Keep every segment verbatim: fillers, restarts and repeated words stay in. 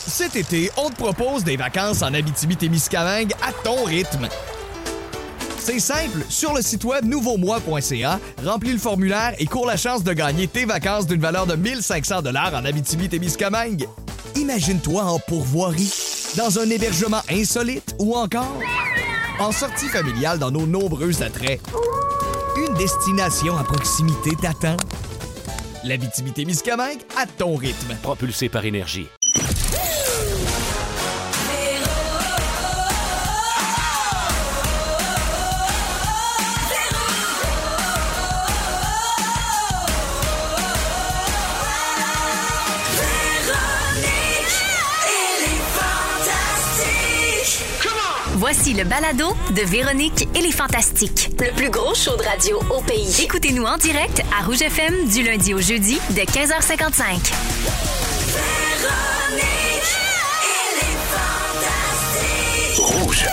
Cet été, on te propose des vacances en Abitibi-Témiscamingue à ton rythme. C'est simple, sur le site web nouveau moi point c a, remplis le formulaire et cours la chance de gagner tes vacances d'une valeur de mille cinq cents dollars en Abitibi-Témiscamingue. Imagine-toi en pourvoirie, dans un hébergement insolite ou encore en sortie familiale dans nos nombreux attraits. Une destination à proximité t'attend. L'Abitibi-Témiscamingue à ton rythme. Propulsé par Énergie. Voici le balado de Véronique et les Fantastiques. Le plus gros show de radio au pays. Écoutez-nous en direct à Rouge F M du lundi au jeudi de quinze heures cinquante-cinq. Véronique et les Fantastiques. Rouge.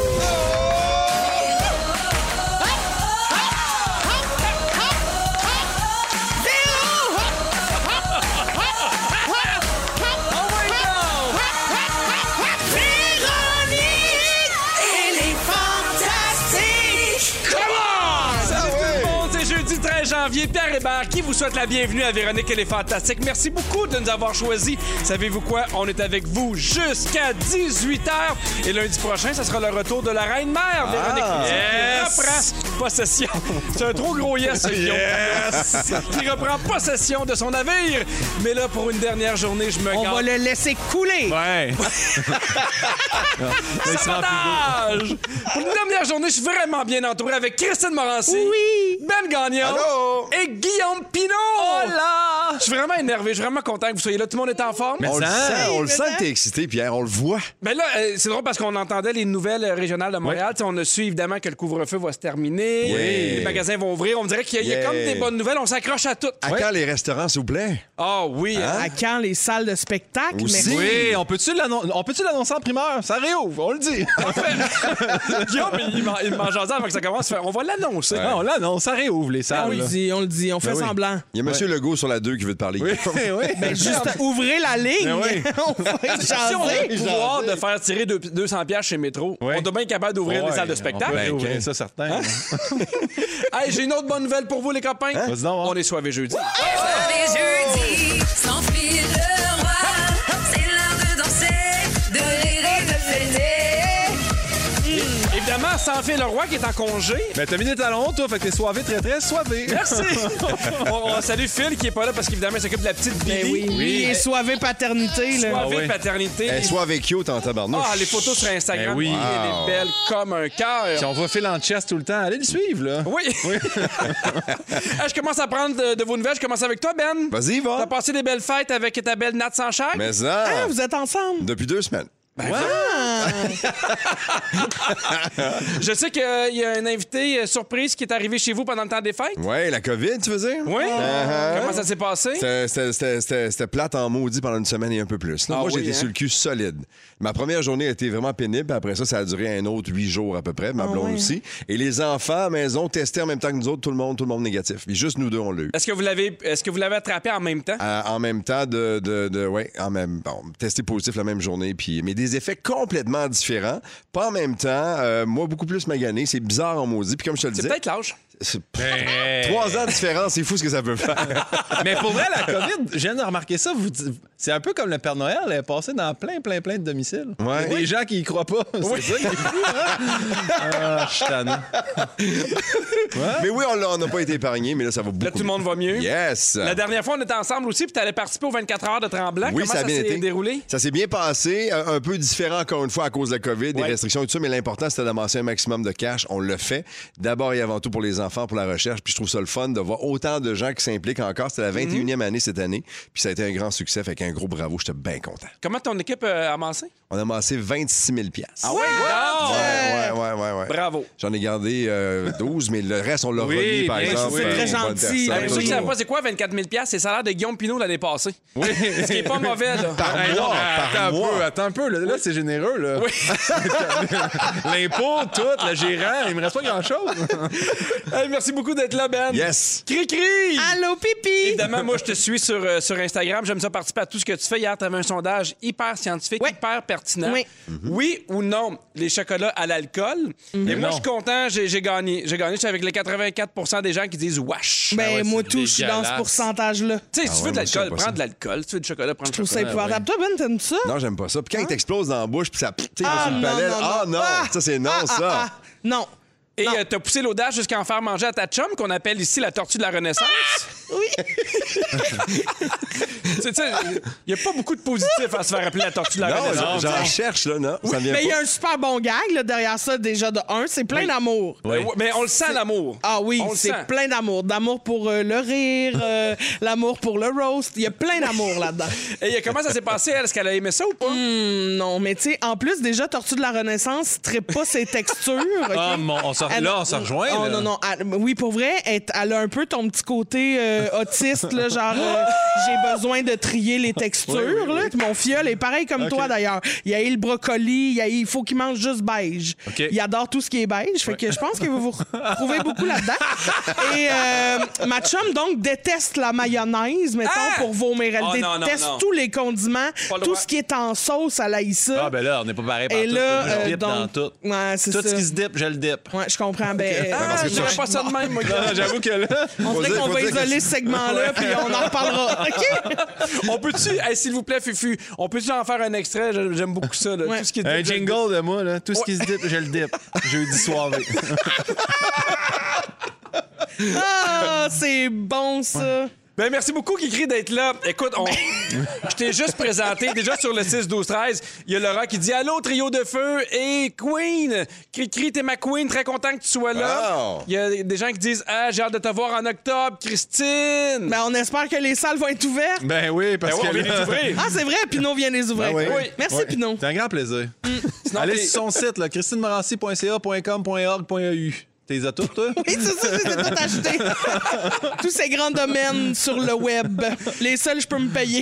janvier, Pierre Hébert qui vous souhaite la bienvenue à Véronique et les Fantastiques. Merci beaucoup de nous avoir choisis. Savez-vous quoi? On est avec vous jusqu'à dix-huit heures. Et lundi prochain, ça sera le retour de la Reine-Mère, ah, Véronique. Yes. Qui reprend possession. C'est un trop gros yes, ce yes. Qui reprend possession de son navire. Mais là, pour une dernière journée, je me On garde. va le laisser couler. Ouais. Sabotage! Pour une dernière journée, je suis vraiment bien entouré avec Christine Morancy. Oui. Ben Gagnon. Allô? Et Guillaume Pinot. Oh là! Je suis vraiment énervé. Je suis vraiment content que vous soyez là. Tout le monde est en forme. Mais on le sent, on le sent que t'es excité, Pierre. On le voit. Ben là, euh, c'est drôle parce qu'on entendait les nouvelles régionales de Montréal. Ouais. On a su évidemment que le couvre-feu va se terminer. Oui. Les magasins vont ouvrir. On dirait qu'il y a, Yeah. il y a comme des bonnes nouvelles. On s'accroche à tout. À Ouais. quand les restaurants, s'il vous plaît? Ah oui. Hein? À quand les salles de spectacle? Aussi. Merci. Oui, on peut-tu l'annoncer, on peut-tu l'annoncer en primeur? Ça réouvre, on le dit. Guillaume, il, m'en- il mange avant que ça commence. On va l'annoncer. Ouais. Non, là, non, ça réouvre les salles. On le là. dit, on le dit, on fait Ben oui. semblant. Il y a M. Legault sur la deux qui veut te parler. Oui, oui. Ben juste ouvrez la ligne. Ben oui. On va Si on a jaser. le pouvoir de faire tirer deux- deux cents piastres chez Métro, Oui. on doit bien être capable d'ouvrir Ouais, des salles de on spectacle. peut Ben, réouvrir ok. ça, certain. Hey, j'ai une autre bonne nouvelle pour vous, les copains. Vas-y donc, hein. On est soivé jeudi. Les jeudis, sans fil de roi, c'est l'heure de danser, de rire et de fêter. Évidemment, sans fil le roi qui est en congé. Ben, t'as mis des talons, toi, fait que t'es soivé, très, très soivé. Merci. on, on salue Phil qui est pas là parce qu'évidemment, il s'occupe de la petite Billy. Ben oui, oui. Et soivé paternité, là. Soivé Ah oui. paternité. Eh, soit avec Yo, t'es en tabarnouche. Ah, les photos sur Instagram, Ben oui. elle Wow. est belle comme un cœur. Si on va filer en chest tout le temps, allez le suivre, là. Oui. Ah, je commence à prendre de, de vos nouvelles. Je commence avec toi, Ben. Vas-y, T'as va. passé des belles fêtes avec ta belle Nat Sanchag? Mais ça, Ah, vous êtes ensemble? depuis deux semaines. Ah. Je sais qu'il y a un invité euh, surprise qui est arrivé chez vous pendant le temps des fêtes. Ouais, la COVID, tu veux dire? Oui. Uh-huh. Comment ça s'est passé? C'était- C'était c'était- c'était- c'était plate en maudit pendant une semaine et un peu plus. là. Ah Moi, j'ai oui, été hein? sur le cul solide. Ma première journée a été vraiment pénible. Après ça, ça a duré un autre huit jours à peu près. Ma Ah blonde ouais. aussi. Et les enfants à la maison testaient en même temps que nous autres, tout le monde, tout le monde négatif. Puis juste nous deux, on l'a eu. Est-ce que vous l'avez est-ce que vous l'avez attrapé en même temps? À- en même temps de, de, de ouais, en même bon, testé positif la même journée, puis mais des effets complètement différents. Pas en même temps. euh, moi, beaucoup plus magané. C'est bizarre en maudit. Puis comme je te le C'est disais, peut-être l'âge. c'est- trois ans de différence, c'est fou ce que ça peut faire. Mais pour vrai, la COVID, je viens de remarquer ça. Vous, c'est un peu comme le Père Noël, elle est passée dans plein, plein, plein de domiciles. Ouais. Il y a des gens qui y croient pas. C'est ça qui est fou, hein? Ah, je suis tanné. Mais oui, on n'a pas été épargné, mais là, ça va beaucoup. Là, tout le monde va mieux. Yes. La dernière fois, on était ensemble aussi, puis tu allais participer aux vingt-quatre heures de Tremblant. Oui, Comment ça a ça, bien s'est été. déroulé? Ça s'est bien passé, un un peu différent encore une fois à cause de la COVID, des Ouais. restrictions et tout ça, mais l'important c'était d'amasser un maximum de cash. On le fait. D'abord et avant tout pour les enfants, pour la recherche. Puis je trouve ça le fun de voir autant de gens qui s'impliquent encore. C'était la vingt et unième année cette année. Puis ça a été un grand succès. Fait qu'un gros bravo. J'étais bien content. Comment ton équipe a amassé? On a amassé vingt-six mille piastres. Ah oui? Ah, Ouais, ouais, ouais, ouais, ouais. Bravo. J'en ai gardé euh, douze, mais le reste, on l'a Oui, remis, par bien exemple. sûr. euh, C'est très aux bonnes gentil. personnes. Hey, ceux qui ne oui. savent pas c'est quoi vingt-quatre mille piastres, c'est le salaire de Guillaume Pinot l'année passée. Oui. Ce qui est pas mauvais, là. Par Hey, mois, non, mais par attends mois. un peu, attends un peu. Là, là, c'est généreux, là. Oui. L'impôt, tout, le gérant, il me reste pas grand-chose. Hey, merci beaucoup d'être là, Ben. Yes. Cri-cri! Allô, pipi! Évidemment, moi, je te suis sur, euh, sur Instagram. J'aime ça participer à tout ce que tu fais. Hier, tu avais un sondage hyper scientifique, Oui. hyper pertinent. Oui. Oui ou non, les chocolats à l'alcool? Et moi, Non. je suis content, j'ai j'ai gagné. J'ai gagné, je suis avec les quatre-vingt-quatre pour cent des gens qui disent wesh. Ben, ouais, moi, c'est tout, je suis dans ce dégueulasse. pourcentage-là. Tu sais, si tu ouais, veux de moi, l'alcool, j'aime pas prends ça. de l'alcool. Si tu veux du chocolat, prends du Je trouve ça chocolat. épouvantable. Toi, Ben, t'aimes ça? Non, j'aime pas ça. Puis quand il t'explose dans la bouche, puis ça. Tu sais, Ah, sur le non, palais. non, Ah non. non, Ah, ça, c'est non, ah, ça. ah, ah. Non. Et Non. euh, t'as poussé l'audace jusqu'à en faire manger à ta chum, qu'on appelle ici la tortue de la Renaissance. Oui. Tu sais, il n'y a pas beaucoup de positifs à se faire appeler la tortue de la Non, Renaissance. j'en j'en cherche, là, non. Ça vient Mais il y pas. a un super bon gag là, derrière ça, déjà de un. C'est plein d'amour. Euh, ouais, mais on le sent, l'amour. Ah oui, On le c'est sent. plein d'amour. D'amour pour euh, le rire, euh, l'amour pour le roast. Il y a plein d'amour là-dedans. Et euh, comment ça s'est passé, elle? Est-ce qu'elle a aimé ça ou pas? Hum, non, mais tu sais, en plus, déjà, Tortue de la Renaissance ne pas ses textures. ok? Ah, mon, on se- Elle- là, on se rejoint. Oh, là. non, non. Elle- oui, pour vrai, elle, elle a un peu ton petit côté euh, autiste, là, genre euh, j'ai besoin de trier les textures. Là. Mon fiole est pareil comme Ok. toi, d'ailleurs. Il a eu le brocoli, il, a eu- il faut qu'il mange juste beige. Ok. Il adore tout ce qui est beige, fait que je pense que vous vous retrouvez beaucoup là-dedans. Et euh, ma chum, donc, déteste la mayonnaise, mettons, Ah! pour vomir. Elle Oh, non, non, déteste non. tous les condiments, Pas le tout droit. ce qui est en sauce, elle haït ça. Ah, ben là, on n'est pas pareil par Et tout. là, Je euh, dip dans donc, tout. ouais, c'est Tout ça. ce qui se dip, je le dip. Ouais, je comprends. Ben, Ah, parce que je tu- dirais pas ça de même, moi. Non, j'avoue que là. on Faut dirait dire- qu'on faut va dire que isoler tu- ce segment-là, puis on en reparlera. OK? On peut-tu, hey, s'il vous plaît, Fufu, on peut-tu en faire un extrait? Je- J'aime beaucoup ça. Là. Ouais. Tout ce qui est Un jingle de moi, là. Tout ce qui se dip, je le dip. Jeudi soirée. Ah, c'est bon, ça. Ben, merci beaucoup, Kikri, d'être là. Écoute, on... je t'ai juste présenté, déjà sur le six douze treize, il y a Laura qui dit « Allô, trio de feu et Queen! Kikri, t'es ma Queen, très content que tu sois là. Wow. Il y a des gens qui disent « Ah, j'ai hâte de te voir en octobre, Christine! Ben, on espère que les salles vont être ouvertes. Ben oui, parce Ben ouais, on que. vient les là- ouvrir. Ah, c'est vrai, Pinot vient les ouvrir. Ben oui. Oui. Merci, Ouais. Pinot. C'est un grand plaisir. Sinon, Allez t'es- sur son site, là, christine morancy point c a point com point org point a u. T'es à toutes, toi? Oui, c'est ça, je les ai tout achetés. Tous ces grands domaines sur le web. Les seuls, je peux me payer.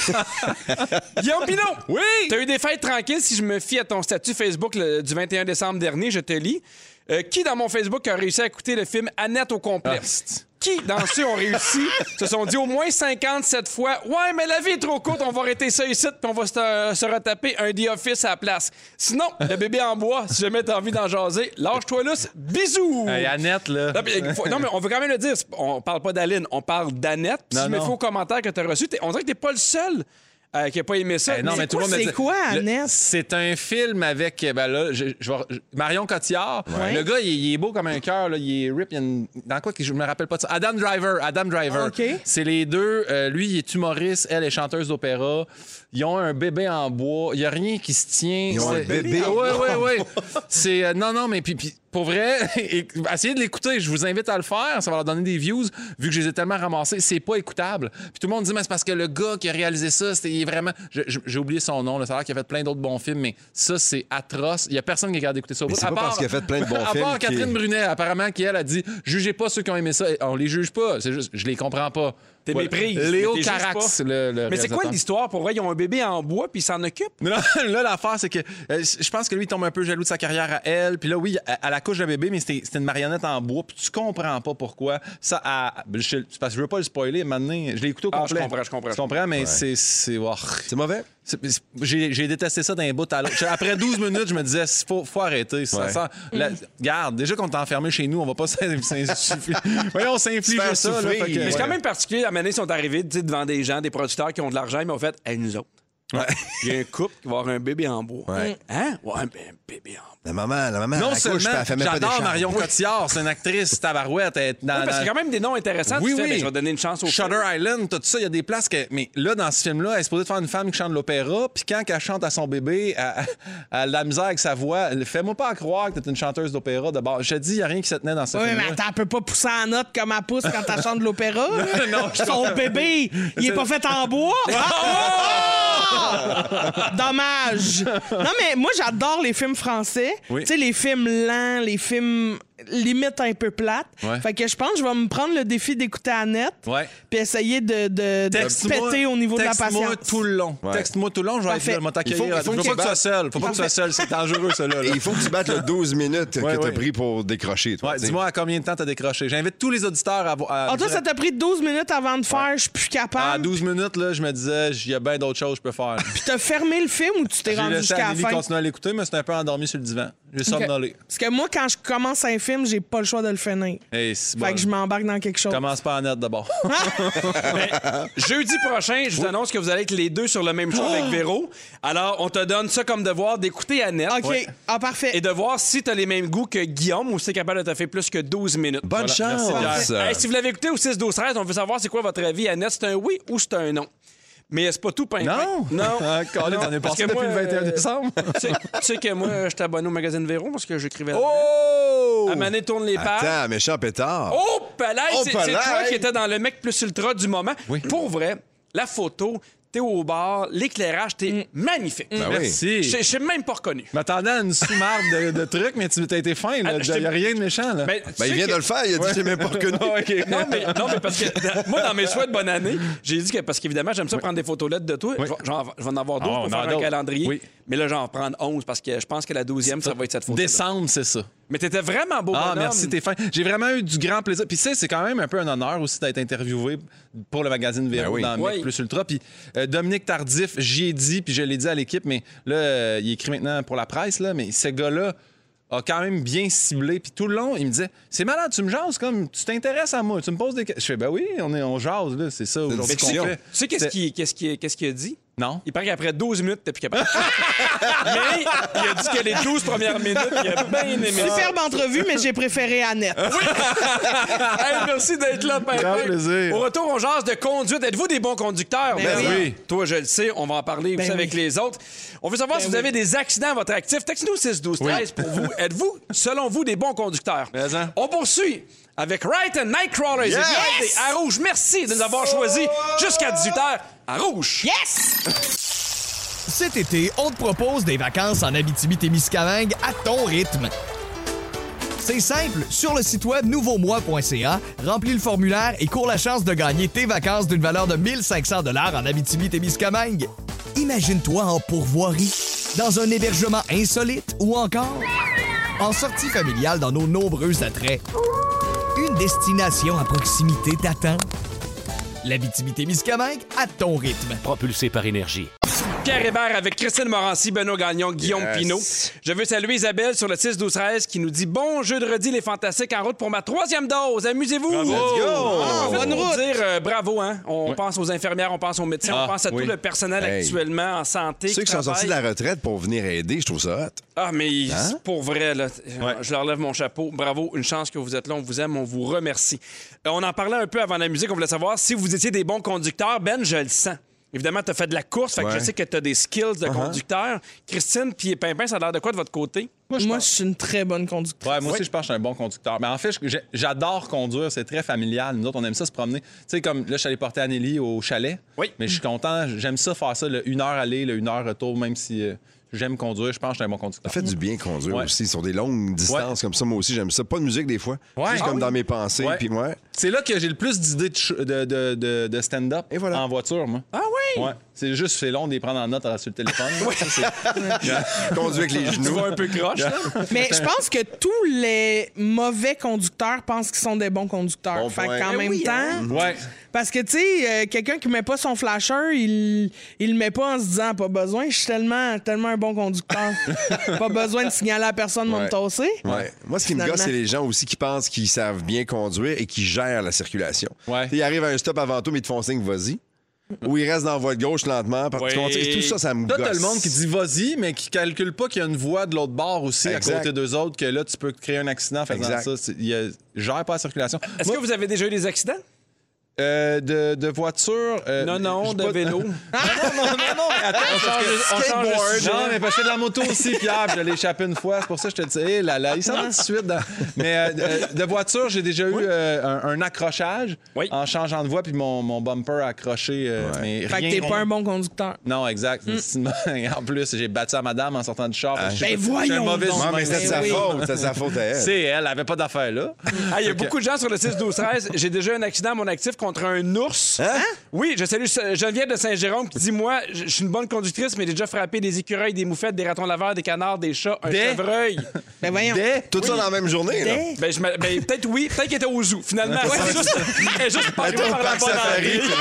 Guillaume Pinot! Oui! T'as eu des fêtes tranquilles si je me fie à ton statut Facebook le- du vingt et un décembre dernier, je te lis. Euh, qui dans mon Facebook a réussi à écouter le film Annette au complet? Ah, c'est- Qui dans ceux ont réussi se sont dit au moins cinquante-sept fois « Ouais, mais la vie est trop courte, on va arrêter ça ici puis on va se, se retaper un The Office à la place. Sinon, le bébé en bois, si jamais t'as envie d'en jaser, lâche-toi là, bisous! Hey, Annette, là. Non, puis, il faut- non, mais on veut quand même le dire. c'est- On parle pas d'Aline, on parle d'Annette. Puis Non, si je me non. fais aux commentaires que t'as reçus, t'es- on dirait que t'es pas le seul euh, qui a pas aimé ça. Eh non, mais tout le monde me c'est dit- quoi, Le- Annette? C'est un film avec ben là, je, je vais- je- Marion Cotillard. Ouais. Le gars, il, il est beau comme un cœur. là, Il est rip. Il y a une- dans quoi que je me rappelle pas de ça. Adam Driver. Adam Driver. OK. C'est les deux. Euh, lui, il est humoriste. Elle est chanteuse d'opéra. Ils ont un bébé en bois. Il y a rien qui se tient. Ils ont un C'est- bébé en Ouais, bois. ouais, ouais. C'est euh, non, non, mais puis, puis pour vrai, et- essayez de l'écouter. Je vous invite à le faire. Ça va leur donner des views. Vu que je les ai tellement ramassés, c'est pas écoutable. Puis tout le monde dit mais c'est parce que le gars qui a réalisé ça, c'était il est vraiment. je- je- J'ai oublié son nom. Là. Ça a l'air qu'il a fait plein d'autres bons films, mais ça c'est atroce. Il y a personne qui regarde d'écouter ça au Mais bout. c'est À pas part- parce qu'il a fait plein de bons à films part qu'il- Catherine Brunet, apparemment, qui elle a dit jugez pas ceux qui ont aimé ça. On les juge pas. C'est juste je les comprends pas. T'es Voilà. méprises, Léo mais t'es juste Carax, pas. le, le Mais c'est quoi réalisateur. l'histoire pour vrai? Ils ont un bébé en bois puis ils s'en occupent? Non, là, l'affaire, c'est que euh, je pense que lui, il tombe un peu jaloux de sa carrière à elle. Puis là, oui, elle, elle accouche de bébé, mais c'était c'était une marionnette en bois. Puis tu comprends pas pourquoi. Ça, à- je- c'est parce que je veux pas le spoiler. Maintenant, je l'ai écouté au Ah, complet. je comprends, je comprends. Tu comprends, mais c'est. c'est oh, C'est mauvais? c'est- c'est- J'ai j'ai détesté ça d'un bout à l'autre. Après douze minutes, je me disais, il faut, faut arrêter. Ça, Ouais. ça- la- Regarde, déjà qu'on est enfermé chez nous, on va pas s'infliger. Voyons, s'infliger Se faire ça. Là, souffrir. fait que- Mais c'est Ouais. quand même particulier. À un moment donné, ils sont arrivés tu sais, devant des gens, des producteurs qui ont de l'argent, mais en fait, hey, nous autres. Il y a un couple qui va avoir un bébé en bois. Ouais. Hein? Ouais, ben, un bébé en bois. La maman, la maman, Non elle accouche, puis seulement, elle fait même pas j'adore d'écharpe. Marion Cotillard, c'est une actrice tabarouette. Elle est dans, Oui, parce qu'il y dans- a quand même des noms intéressants. Oui, tu fais, oui. ben, je vais donner une chance au Shutter film. Island, tout ça, il y a des places que. Mais là, dans ce film-là, elle est supposée de faire une femme qui chante de l'opéra, puis quand elle chante à son bébé, elle, elle a de la misère avec sa voix. Fais-moi pas croire que t'es une chanteuse d'opéra de bord. Je te dis, il n'y a rien qui se tenait dans ce Oui, film-là. mais attends, elle peut pas pousser en note comme elle pousse quand elle chante de l'opéra. là. non, je Son bébé, il est pas fait en bois. Ah! Dommage. Non, mais moi, j'adore les films français. Oui. Tu sais, les films lents, les films limite un peu plate. Ouais. Fait que je pense que je vais me prendre le défi d'écouter Annette. Ouais. Puis essayer de, de, de péter au niveau de la patience. Texte-moi tout le long. Ouais. Texte-moi tout le long, je vais Parfait. être là, Il faut- t'accueillir. il faut Faut que pas tu que tu sois battes- seul. Faut pas que tu sois seul. C'est dangereux, ça, là. Et il faut que tu battes le douze minutes Ouais, que t'as ouais. pris pour décrocher, toi. Ouais, tu sais. dis-moi à combien de temps t'as décroché. J'invite tous les auditeurs à... à Ah, toi, ça t'a pris douze minutes avant de faire, je suis plus À capable. douze minutes, là, je me disais, il y a bien d'autres choses que je peux faire. Puis t'as fermé le film ou tu t'es J'ai rendu laissé jusqu'à la Amélie fin? continuer à l'écouter, mais c'était un peu endormi sur le divan. J'ai Ok. somnolé. Parce que moi, quand je commence un film, j'ai pas le choix de le finir. Hey, c'est Fait bon. que je m'embarque dans quelque chose. Commence pas en net d'abord. Jeudi prochain, je vous annonce que vous allez être les deux sur le même show avec Véro. Alors, on te donne ça comme devoir d'écouter Annette. OK. Ouais. Ah, parfait. Et de voir si t'as les mêmes goûts que Guillaume ou si t'es capable de te faire plus que douze minutes. Bonne Voilà. chance! Merci, Hey, si vous l'avez écouté au six douze treize, on veut savoir c'est quoi votre avis. Annette, c'est un oui ou c'est un non? Mais c'est pas tout, Pimpin. Non? Non. Ah, Colin, Non, t'en es parce passé que depuis moi, le vingt et un euh, décembre. Tu sais, tu sais que moi, j'étais abonné au magazine Véro parce que j'écrivais. Oh! À Mané tourne les pages. Attends, méchant pétard. Oh, palais! Oh, c'est c'est palais! toi qui étais dans le mec plus ultra du moment. Pour vrai, la photo, t'es au bar, l'éclairage, t'es magnifique. Ben oui. Merci. Je je suis même pas reconnu. Je m'attendais à une sous-marque de, de trucs, mais tu as été fin. Ah, Il je t'ai- n'y a rien de méchant. Là. Mais tu Ben, il sais vient que- de le faire, il a dit que j'ai même pas reconnu. Non mais, non, mais parce que dans- moi, dans mes souhaits de bonne année, j'ai dit que, parce qu'évidemment, j'aime ça prendre des photos lettres de toi. Je, vais- j'en- je vais en avoir douze Ah, pour on en faire a un d'autres. calendrier. Oui. Mais là, j'en vais en prendre onze parce que je pense que la douzième, ça va être cette photo. Décembre, c'est ça. Mais t'étais vraiment beau Ah, bonhomme. merci, t'es fin. J'ai vraiment eu du grand plaisir. Puis, tu sais, c'est quand même un peu un honneur aussi d'être interviewé pour le magazine Véro Ben oui. dans Oui. Mec Plus Ultra. Puis, euh, Dominique Tardif, j'y ai dit, puis je l'ai dit à l'équipe, mais là, euh, il écrit maintenant pour la presse, là, mais ce gars-là a quand même bien ciblé. Puis tout le long, il me disait, c'est malade, tu me jases comme, tu t'intéresses à moi, tu me poses des questions. Je fais, ben oui, on, est, on jase, là, c'est ça aujourd'hui qu'on discussion. fait. Tu sais qu'est-ce C'est- qu'il qu'est-ce qu'il- qu'est-ce qu'il a dit? Non? Il paraît qu'après douze minutes, t'es plus capable. Mais il a dit que les douze premières minutes, il a bien aimé ça. Superbe entrevue, mais j'ai préféré Annette. Hey, merci d'être là, Pimpin. Grand plaisir. Au retour, on jase de conduite. Êtes-vous des bons conducteurs? Ben oui. oui. Toi, je le sais, on va en parler Ben aussi avec oui. les autres. On veut savoir Ben si vous oui. avez des accidents à votre actif. Textez-nous six douze treize pour vous. Êtes-vous, selon vous, des bons conducteurs? Mais, hein. On poursuit avec Right and Nightcrawlers et Yes! Friday à Rouge. Merci de nous avoir choisis jusqu'à dix-huit heures à Rouge. Yes! Cet été, on te propose des vacances en Abitibi-Témiscamingue à ton rythme. C'est simple, sur le site web nouveau moi point c a, remplis le formulaire et cours la chance de gagner tes vacances d'une valeur de mille cinq cents dollars en Abitibi-Témiscamingue. Imagine-toi en pourvoirie, dans un hébergement insolite ou encore en sortie familiale dans nos nombreux attraits. Une destination à proximité t'attend. L'Abitibi-Témiscamingue à ton rythme. Propulsé par énergie. Pierre Hébert avec Christine Morancy, Benoît Gagnon, Guillaume Yes. Pinault. Je veux saluer Isabelle sur le six douze treize qui nous dit « Bon jeudi, les fantastiques, en route pour ma troisième dose. Amusez-vous! » Let's go! Ah, bonne bonne route. dire euh, bravo, hein? On pense aux infirmières, on pense aux médecins, Ah, on pense à oui. tout le personnel Hey. actuellement en santé. Ceux qui sont sortis de la retraite pour venir aider, je trouve ça hot. Ah, mais Hein? c'est pour vrai, là, je leur lève mon chapeau. Bravo, une chance que vous êtes là, on vous aime, on vous remercie. Euh, on en parlait un peu avant la musique, on voulait savoir si vous étiez des bons conducteurs. Ben, je le sens. Évidemment, tu as fait de la course, fait que Ouais. je sais que tu as des skills de conducteur. Christine puis Pimpin, ça a l'air de quoi de votre côté? Moi, je suis une très bonne conductrice. Ouais, moi aussi, je pense que je suis un bon conducteur. Mais en fait, je- j'adore conduire. C'est très familial. Nous autres, on aime ça se promener. Tu sais, comme là, je suis allé porter Anneli au chalet. Oui. Mais je suis content. J'aime ça faire ça, le une heure aller, le une heure retour, même si euh, j'aime conduire. Je pense que je suis un bon conducteur. Ça fait du bien conduire Ouais. aussi sur des longues distances comme ça. Moi aussi, j'aime ça. Pas de musique des fois. Ouais. Juste Ah comme oui. dans mes pensées. Ouais. Puis ouais. C'est là que j'ai le plus d'idées de, ch- de, de, de- de stand-up Et voilà. en voiture, moi. Ah oui? Ouais. C'est juste, c'est long de les prendre en note euh, sur le téléphone. Ça, c'est- Conduire avec les Tu genoux. vas un peu croche, là? Mais je pense que tous les mauvais conducteurs pensent qu'ils sont des bons conducteurs. Bon fait point. qu'en Eh même oui, temps, hein? ouais. parce que tu sais, euh, quelqu'un qui met pas son flasher, il il le met pas en se disant pas besoin, je suis tellement tellement un bon conducteur. Pas besoin de signaler à personne de Ouais. me tosser. Ouais. Moi, ce qui me Finalement. gosse, c'est les gens aussi qui pensent qu'ils savent bien conduire et qui gèrent la circulation. Ouais. Ils arrivent à un stop avant toi, mais ils te font signe, vas-y. Ou ils restent dans la voie de gauche lentement. Parce que Oui. tu comprends, tu sais, tout ça, ça me Toi, gosse. t'as le monde qui dit vas-y, mais qui calcule pas qu'il y a une voie de l'autre bord aussi Exact. à côté d'eux autres, que là, tu peux créer un accident en faisant Exact. ça. C'est- Il y a- gère pas la circulation. Est-ce Moi, que vous avez déjà eu des accidents? Euh, de, de voiture. euh, Non, non, j'ai de pas- vélo. Non, non, non, non, mais attends, On change de- on change de sujet. Non, mais parce que je fais de la moto aussi, Pierre, puis je l'ai échappé une fois. C'est pour ça que je te dis, hé là là, il s'en va tout de suite. Dans... Mais euh, de, de voiture, j'ai déjà eu euh, un, un accrochage Oui. en changeant de voie, puis mon, mon bumper a accroché. euh, mais Fait que rien t'es rond. pas un bon conducteur. Non, exact. Sinon, en plus, j'ai battu à madame en sortant du char. parce que je- Ben je suis un voyons mauvais donc. Non, humain. mais c'était de sa oui. faute. C'était de sa faute à elle. C'est elle, elle avait pas d'affaires là. Ah, il y a beaucoup de gens sur le six douze treize. J'ai déjà eu un accident à mon actif contre un ours. Hein? Oui, je salue Geneviève de Saint-Jérôme qui dit moi, je je suis une bonne conductrice, mais j'ai déjà frappé des écureuils, des moufettes, des ratons laveurs, des canards, des chats, un Des? chevreuil. Ben voyons. Dès- Tout ça dans la même journée, là. Des- Ben, je me- ben, peut-être oui, peut-être qu'elle était au zoo, finalement. Elle est juste, elle est juste pas Elle était au par la parc bonne safari. entrée.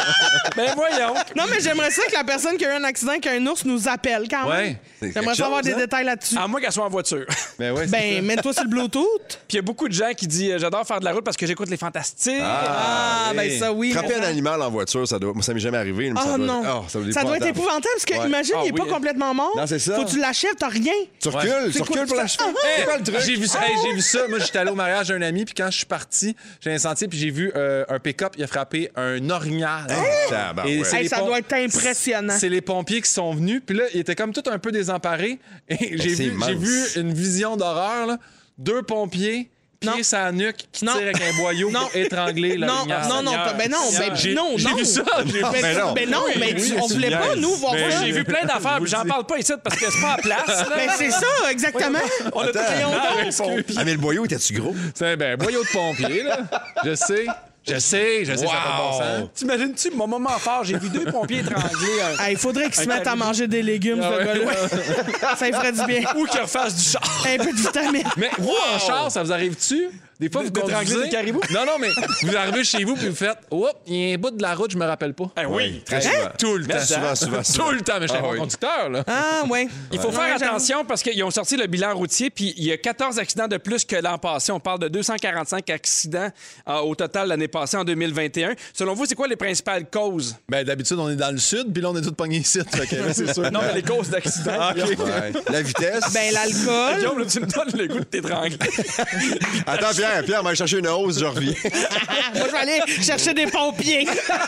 Ben voyons. Non, mais j'aimerais ça que la personne qui a eu un accident avec un ours nous appelle quand même. Ouais. C'est J'aimerais quelque ça avoir chose, des hein? détails là-dessus. À moins qu'elle soit en voiture. Ben ouais, c'est Ben, mets-toi sur le Bluetooth. Puis il y a beaucoup de gens qui disent euh, j'adore faire de la route parce que j'écoute les fantastiques. Ah, oui. ben ça, oui. Frapper un mais ça- animal en voiture, ça doit... moi, ça m'est jamais arrivé. mais Oh ça doit... non. Oh, ça doit, être Ça doit être épouvantable parce que, Ouais. imagine, Ah il est oui. pas complètement mort. Non, c'est ça. Faut que tu l'achèves, t'as rien. Tu recules, tu C'est quoi, recules tu pour fais- l'achever. Ah, C'est quoi le truc? J'ai vu ça. Hey, j'ai vu ça. Moi, j'étais allé au mariage d'un ami, puis quand je suis parti, j'ai un sentier, puis j'ai vu euh, un pick-up, il a frappé un orignal. Tabarouette. Et c'est Hey, les ça pom- doit être impressionnant. C'est les pompiers qui sont venus, puis là, il était comme tout un peu désemparé. Et j'ai c'est vu, j'ai immense. vu une vision d'horreur, là. Deux pompiers, Non. pieds sur la nuque, qui Non. tirent avec un boyau Non. pour étrangler Non, l'orignal. non, non, Seigneur. ben non, ben J'ai- non, j'ai non. vu ça, j'ai vu Ben, Ben non. ben non, mais tu- on voulait pas, nous, voir Ben, ça. J'ai vu plein d'affaires, puis j'en parle pas ici parce que c'est pas à place. Là. Ben c'est ça, exactement. On a tout les pompiers. Ah, mais le boyau, était-tu gros? C'est ben, un boyau de pompier, là. Je sais. Je sais, je sais, ça n'a pas de bon sens. T'imagines-tu, mon moment fort, j'ai vu deux pompiers étrangler un... Il faudrait qu'ils se mettent à manger des légumes, Ah ce ouais. gars-là. Ça lui ferait du bien. ou qu'ils refassent du char. Un peu de vitamine. Mais vous, en char, ça vous arrive-tu? Des fois, vous d'étrangler conduisez... des caribous? Non, non, mais vous arrivez chez vous puis vous faites « Oups, il y a un bout de la route, je me rappelle pas. Ben oui, Très Hein? souvent. Tout le temps. Souvent, souvent, souvent. Tout le temps, mais je suis Ah un bon oui. conducteur, là. Ah, ouais. Il faut Ouais, faire j'avoue. attention parce qu'ils ont sorti le bilan routier, puis il y a quatorze accidents de plus que l'an passé. On parle de deux cent quarante-cinq accidents euh, au total l'année passée, en deux mille vingt et un. Selon vous, c'est quoi les principales causes? Ben, d'habitude, on est dans le sud, puis là, on est tous pognés ici. Fait que, là, c'est sûr. Non, mais les causes d'accidents. Ah, OK. Ouais. La vitesse. Ben, l'alcool. Guillaume, là, tu me donnes le goût de t'étrangler. Attends, Pierre, Pierre, on va aller chercher une hausse, je reviens. Moi, je vais aller chercher des pompiers.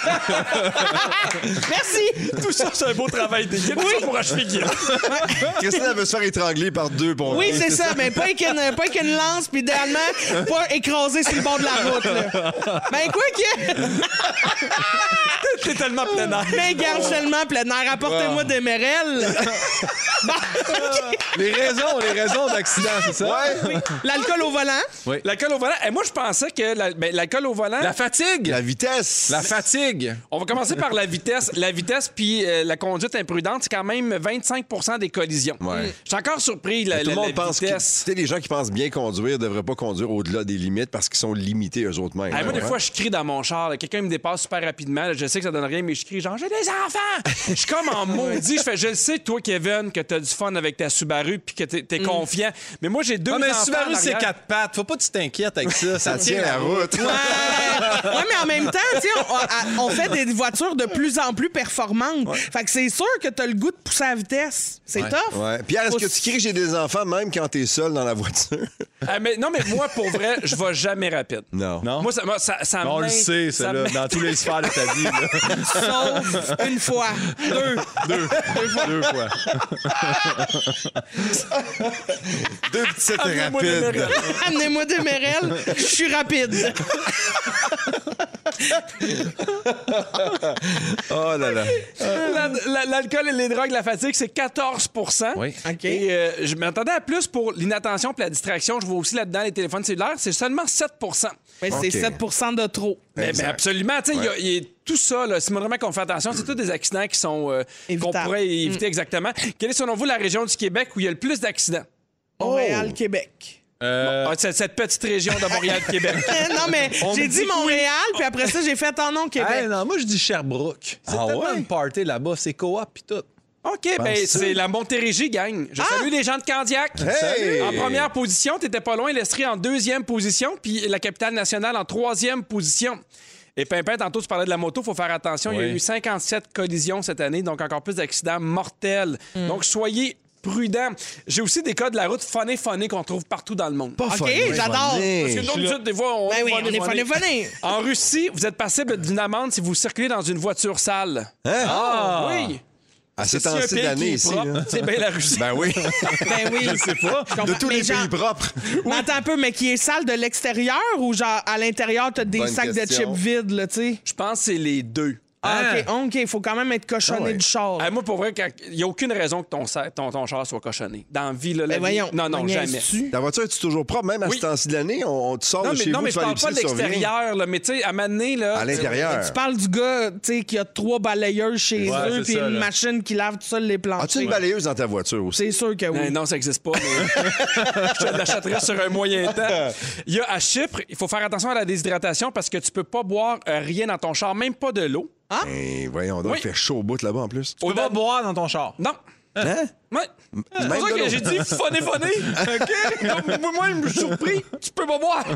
Merci. Tout ça, c'est un beau travail d'équipe. Tout ça pour achever Guillaume. Christine, elle veut se faire étrangler par deux pompiers. Oui, c'est ça, mais pas avec une, pas avec une lance, puis idéalement, pas écrasé sur le bord de la route. Là. Ben, quoi que. T'es tellement plein air. Mais garde tellement plein air. Apportez-moi des mérelles. Les raisons, les raisons d'accident, c'est ça? Ouais. L'alcool au volant. L'alcool au volant. Et moi, je pensais que la- ben, l'alcool au volant. La fatigue. La vitesse. La fatigue. On va commencer par la vitesse. La vitesse puis euh, la conduite imprudente, c'est quand même vingt-cinq pour cent des collisions. Ouais. Je suis encore surpris. La, Tout le la- monde la pense que vitesse. tu sais, les gens qui pensent bien conduire ne devraient pas conduire au-delà des limites parce qu'ils sont limités eux autres mêmes. Hey, moi, des Ouais. fois, je crie dans mon char. là. Quelqu'un me dépasse super rapidement. là. Je sais que ça donne rien, mais je crie genre, j'ai des enfants! Je suis comme en maudit. Je fais, je le sais, toi, Kevin, que t'as du fun avec ta Subaru puis que t'es, t'es confiant. Mais moi, j'ai deux Ah, mais enfants. Subaru, en c'est arrière. quatre pattes. Faut pas que tu t'inquiètes avec ça. Ça tient la route. Ouais. Ouais, mais en même temps, tu sais, on, on fait des voitures de plus en plus performantes. Fait que c'est sûr que t'as le goût de pousser à la vitesse. C'est Ouais. tough. Ouais. Pierre, est-ce que Faut- tu cries j'ai des enfants même quand t'es seul dans la voiture? Ah, mais, non, mais moi, pour vrai, je vais jamais rapide. Non. Non? Moi, ça, moi, ça, ça On le m'in- sait, ça ça, là, m'in- dans tous les sphères de ta vie. Là. Sauf une fois. Deux. Deux. Deux fois. Deux petites Amenez-moi des rapides. mérelles. Amenez-moi des mérelles. Je suis rapide. Oh là là. La- la- L'alcool et les drogues, la fatigue, c'est quatorze pour cent. Oui. OK. Et euh, je m'attendais à plus pour l'inattention et la distraction. Je vois aussi là-dedans les téléphones cellulaires. C'est seulement sept pour cent. Mais c'est OK. sept pour cent de trop. Mais, Exact. mais absolument. Tu sais, il y a- il y a tout ça, là, c'est vraiment qu'on fait attention. C'est tous des accidents qui sont euh, qu'on Évitables. pourrait éviter exactement. Quelle est, selon vous, la région du Québec où il y a le plus d'accidents? Montréal, Québec. Euh, Ah, cette, cette petite région de Montréal-Québec. non, mais On j'ai me dit dit que Montréal, puis après ça, j'ai fait en nom Québec. hey, non, moi, je dis Sherbrooke. C'est Ah tellement ouais? une party là-bas. C'est coop pis tout. OK, ben c'est la Montérégie, gang. Je salue les gens de Candiac. Hey! En première position, t'étais pas loin. L'Estrie en deuxième position, puis la capitale nationale en troisième position. Et Pimpin, tantôt, tu parlais de la moto, faut faire attention. Il y a Oui. eu cinquante-sept collisions cette année, donc encore plus d'accidents mortels. Donc, soyez prudent. J'ai aussi des cas de la route funny funny qu'on trouve partout dans le monde. Pas OK, funny, j'adore. funny. Parce que nous, nous autres, des fois, on Ben oui, on est funny funny. En Russie, vous êtes passible d'une amende si vous circulez dans une voiture sale. Hein? Ah, oui. À ce Si un temps-ci pays qui d'année est ici. propre, là. c'est bien la Russie. Ben oui. Ben oui. Je sais pas. comprends. De tous Mais les genre- pays propres. Mais attends un peu, mais qui est sale de l'extérieur ou genre à l'intérieur, t'as des Bonne sacs question. de chips vides, là, tu sais? Je pense que c'est les deux. Ah, OK, OK, il faut quand même être cochonné Ah ouais. du char. Ah, moi, pour vrai, il n'y a aucune raison que ton, sa- ton, ton char soit cochonné. Dans la vie, là, la Ben vie- voyons. Non, non, me jamais. niaises-tu? Ta voiture, est-tu toujours propre? Même à Oui. ce temps-ci de l'année, on, on te sort Non, de mais, chez non, vous, mais tu je vas à parle pas de l'épicerie, tu reviens. l'extérieur, là, mais tu sais, à m'amener, là. À l'intérieur. Tu parles du gars, tu sais, qui a trois balayeuses chez Ouais, eux c'est puis ça, une là. machine qui lave tout seul les planches. As-tu une balayeuse dans ta voiture aussi? C'est sûr que oui. Euh, non, ça n'existe pas, mais je te l'achèterais sur un moyen temps. Il y a à Chypre, il faut faire attention à la déshydratation parce que tu peux pas boire euh, rien dans ton char, même pas de l'eau. Ben, voyons donc, Oui. il fait chaud au bout là-bas en plus. Tu peux pas boire dans ton char. Non. Hein? Ouais. C'est Même pour ça de que l'eau. j'ai dit funny funny. OK? Comme moi, je me suis surpris. Tu peux pas boire.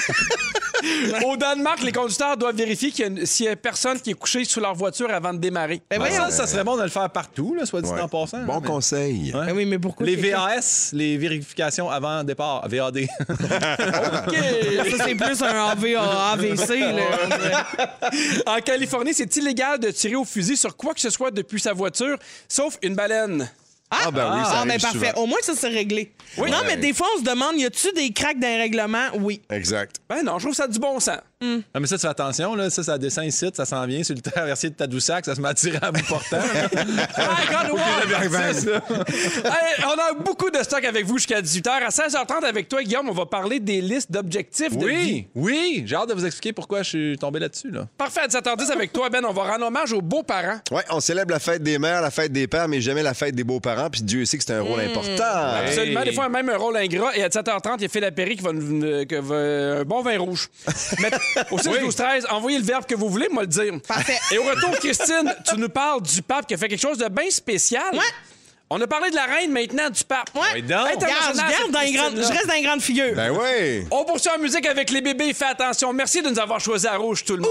Au Danemark, les conducteurs doivent vérifier qu'il y a une- s'il y a personne qui est couché sous leur voiture avant de démarrer. Ben Ouais, voyons. ça, ça serait bon de le faire partout, là, soit dit Ouais. en passant. Bon là, mais- conseil. Ouais. Ben oui, mais pourquoi? Les quelqu'un- V A S, les vérifications avant départ, V A D. OK. Ça, c'est plus un A V A V C, là. En Californie, c'est illégal de tirer au fusil sur quoi que ce soit depuis sa voiture, sauf une baleine. Ah, ben oui, ça Ah, arrive ben parfait. souvent. Au moins, ça, c'est réglé. Oui. Non, Ouais. mais des fois, on se demande, y a-tu des cracks dans les règlements? Oui. Exact. Ben non, je trouve ça a du bon sens. Ah, mais ça, tu fais attention, là. Ça, ça descend ici, ça s'en vient sur le traversier de Tadoussac, ça se met à tirer à bout portant. My God, wow! Hey, on a beaucoup de stock avec vous jusqu'à dix-huit heures. À seize heures trente, avec toi, Guillaume, on va parler des listes d'objectifs de vie. Oui, oui. J'ai hâte de vous expliquer pourquoi je suis tombé là-dessus, là. Parfait, à dix-sept heures dix avec toi, Ben. On va rendre hommage aux beaux-parents. Ouais, on célèbre la fête des mères, la fête des pères, mais jamais la fête des beaux-parents. Puis Dieu sait que c'est un rôle important. Absolument. Hey. Des fois, même un rôle ingrat. Et à dix-sept heures trente, il y a Philippe Perry qui va nous. euh, que va- un bon vin rouge. Mais au six douze treize, envoyez le verbe que vous voulez, moi le dire. Parfait. Et au retour, Christine, tu nous parles du pape qui a fait quelque chose de bien spécial. Ouais. On a parlé de la reine, maintenant du pape. Ouais. Oui, donc. Regarde, je, International, garde cette dans les grandes- Christine-là. je reste dans les grandes figures. Ben oui. On poursuit en musique avec les bébés. Fais attention. Merci de nous avoir choisi à rouge, tout le monde.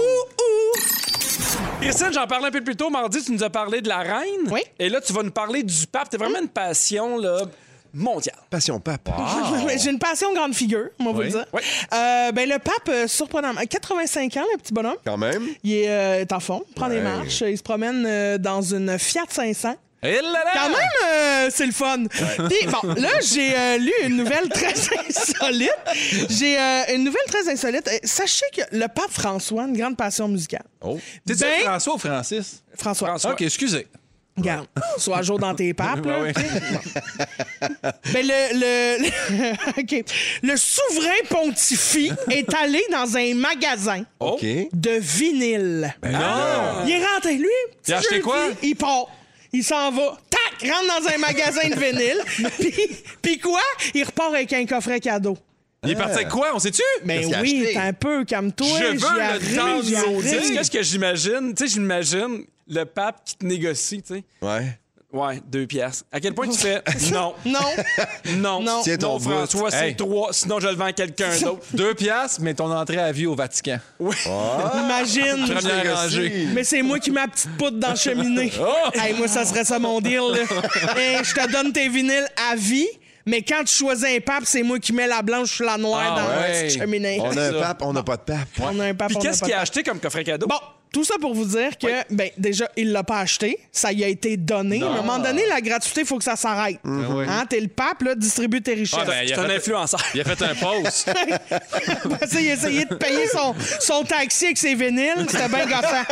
Christine, j'en parlais un peu plus tôt. Mardi, tu nous as parlé de la reine. Oui. Et là, tu vas nous parler du pape. T'as vraiment une passion là, mondiale. Passion pape. J'ai une passion grande figure, on va vous Oui. le dire. Oui. Euh, ben, le pape, euh, surprenamment, quatre-vingt-cinq ans, le petit bonhomme. Quand même. Il est, euh, est en forme, prend des Ouais. marches. Il se promène euh, dans une Fiat cinq cents. Et là là! Quand même, euh, c'est le fun. Puis, bon, là, j'ai euh, lu une nouvelle très insolite. J'ai euh, une nouvelle très insolite. Euh, Sachez que le pape François, une grande passion musicale. Oh. T'es-tu Ben- François ou Francis? François, François. OK, excusez. regarde, sois à jour dans tes papes. là, Ouais, OK? Bon. Ben, le, le, le- OK. Le souverain pontifie est allé dans un magasin OK. de vinyle. Ben non! Il est rentré, lui. petit Il a acheté jeudi, quoi? Il part. Il s'en va. Tac! Rentre dans un magasin de vinyle. Puis, puis quoi? Il repart avec un coffret cadeau. Il est parti avec quoi? On sait-tu? Mais Qu'est-ce qu'il a oui, acheté? t'es un peu comme toi. Je veux j'y le arrive, j'y downloader. arrive. Qu'est-ce que j'imagine? Tu sais, j'imagine le pape qui te négocie, tu sais. Ouais. Ouais, deux piastres. À quel point tu fais non, Non. non, Non. Tiens ton non, François, bout. c'est Hey. trois, sinon je le vends à quelqu'un d'autre. Deux piastres, mais ton entrée à vie au Vatican. Imagine. Première rangée. Mais c'est moi qui mets ma petite poudre dans la cheminée. Oh! Hey, moi, ça serait ça mon deal. Là. Hey, je te donne tes vinyles à vie, mais quand tu choisis un pape, c'est moi qui mets la blanche sur la noire Ah dans ouais. la petite cheminée. On a un ça. pape, on n'a pas de pape. On a un pape, Puis on a qu'est-ce pas qu'il de a pape. acheté comme coffret cadeau? Bon, tout ça pour vous dire que, ben, déjà, il l'a pas acheté. Ça y a été donné. À un moment donné, la gratuité, il faut que ça s'arrête. oui. Hein, t'es le pape, là, distribue tes richesses. Ah, ben, il C'est a un fait- influenceur. Il a fait un post. Après ça, il a essayé de payer son, son taxi avec ses vinyles. C'était bien gossant.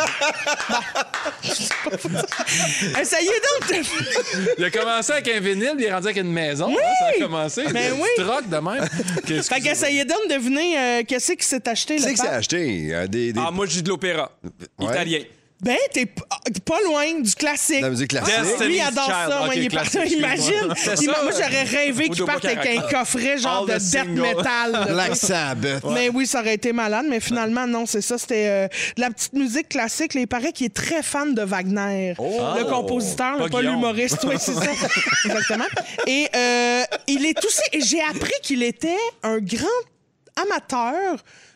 Bon. Essayez donc de... Il a commencé avec un vinyle, il est rendu avec une maison. Oui! hein, ça a commencé. Ben Tu oui. troques de même. Qu'est-ce Fait qu'essayez donc de deviner euh, qu'est-ce qu'il s'est acheté, Qui le c'est que c'est pape. acheté? Euh, des, des- Ah, moi, je dis de l'opéra. Ouais. Italien. Ben, t'es p- ah, pas loin du classique. de la musique classique. Destiny's Lui, il adore Child. ça. Ok, moi, il est classique, parti. excuse-moi. Imagine. C'est Il- ça. Moi, j'aurais rêvé Ou qu'il de parte avec un Boca coffret genre All de the death singles. metal. là. Black Sabbath. Mais oui, ça aurait été malade, mais finalement, non, c'est ça. C'était euh, de la petite musique classique. Là, il paraît qu'il est très fan de Wagner. Le compositeur, là, Pas pas Guillaume. l'humoriste. Oui, c'est ça. Exactement. Et euh, il est aussi. J'ai appris qu'il était un grand amateur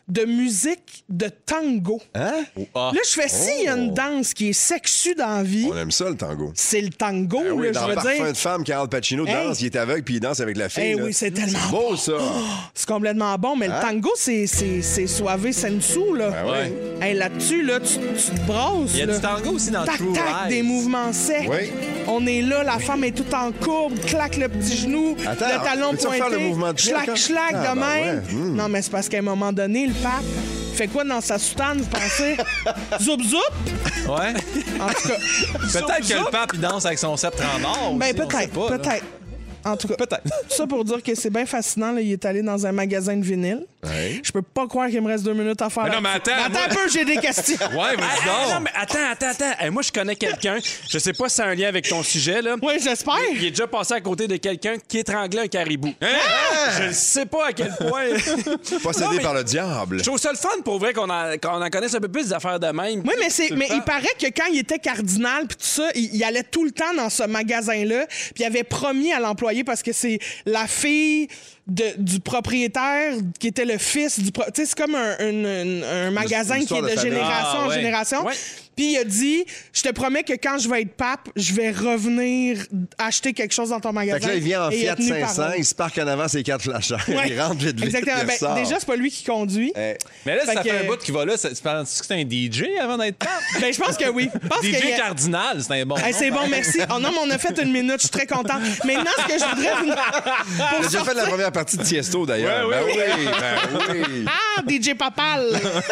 de musique de tango. Hein? Ah. Là, je fais, s'il y a une danse qui est sexue dans la vie, On aime ça, le tango. c'est le tango, Ben oui, là, dans je veux Parfum dire. de femme, Carl Pacino Hey. danse, il est aveugle puis il danse avec la fille. Eh là. oui, c'est tellement C'est beau, ça. C'est complètement bon, mais Hein? le tango, c'est, c'est, c'est suave sensu, là. Ben ouais. Hey, là-dessus, là, tu, tu te brasses. Il y a là. du tango aussi dans Tac, True tac, des Lies. mouvements secs. Oui. On est là, la femme est toute en courbe, claque le petit genou, Attends, le talon peux-tu pointé. refaire le mouvement de Schlac, claque, schlac, hein? de Ah, ben même. ouais. Mm. Non, mais c'est parce qu'à un moment donné, le pape fait quoi dans sa soutane, vous pensez? Zoup, zoup! Ouais. En tout cas. Peut-être zoup, que le zoup. pape, il danse avec son sceptre en or. Ben, aussi, on sait peut-être, pas, là. peut-être. En tout cas, Peut-être. tout ça pour dire que c'est bien fascinant. Là. Il est allé dans un magasin de vinyle. Ouais. Je peux pas croire qu'il me reste deux minutes à faire. Mais non, mais là-dessus. attends, attends un peu, j'ai des questions. Ouais, vas-y Ah, ah, donc. non, mais attends, attends, attends. Hey, moi, je connais quelqu'un. Je sais pas si c'est un lien avec ton sujet, là. Oui, j'espère. Il est déjà passé à côté de quelqu'un qui étranglait un caribou. Je ne sais pas à quel point. Possédé Non, mais par le diable. Je trouve ça le fun pour vrai qu'on en, qu'on en connaisse un peu plus des affaires de même. Oui, mais, c'est, mais il paraît que quand il était cardinal puis tout ça, il, il allait tout le temps dans ce magasin-là. Puis il avait promis à l'employé parce que c'est la fille de, du propriétaire qui était le fils du... pro- Tu sais, c'est comme un, un- un- un magasin qui histoire est de de famille. génération Ah, en ouais. génération. Ouais. Puis il a dit, je te promets que quand je vais être pape, je vais revenir acheter quelque chose dans ton magasin. Fait que là, il vient en Et il a Fiat tenu cinq cents, parole. il se parque en avant ses quatre flashers, Ouais. il rentre vite vite, Exactement. il Ben, ressort. déjà, c'est pas lui qui conduit. Eh, Mais là, Fait ça que- fait un bout qu'il va là. ça- Tu penses que c'est un D J avant d'être pape? Ben, je pense que oui. Je pense D qu'il J y a- Cardinal, c'est un bon. Hey, nom. c'est bon, merci. Oh non, mais on a fait une minute, je suis très contente. Maintenant, ce que je voudrais vous... Il a déjà fait la première partie de Tiesto, d'ailleurs. Ouais, ben ouais, oui, ben oui. Ah, D J Papal!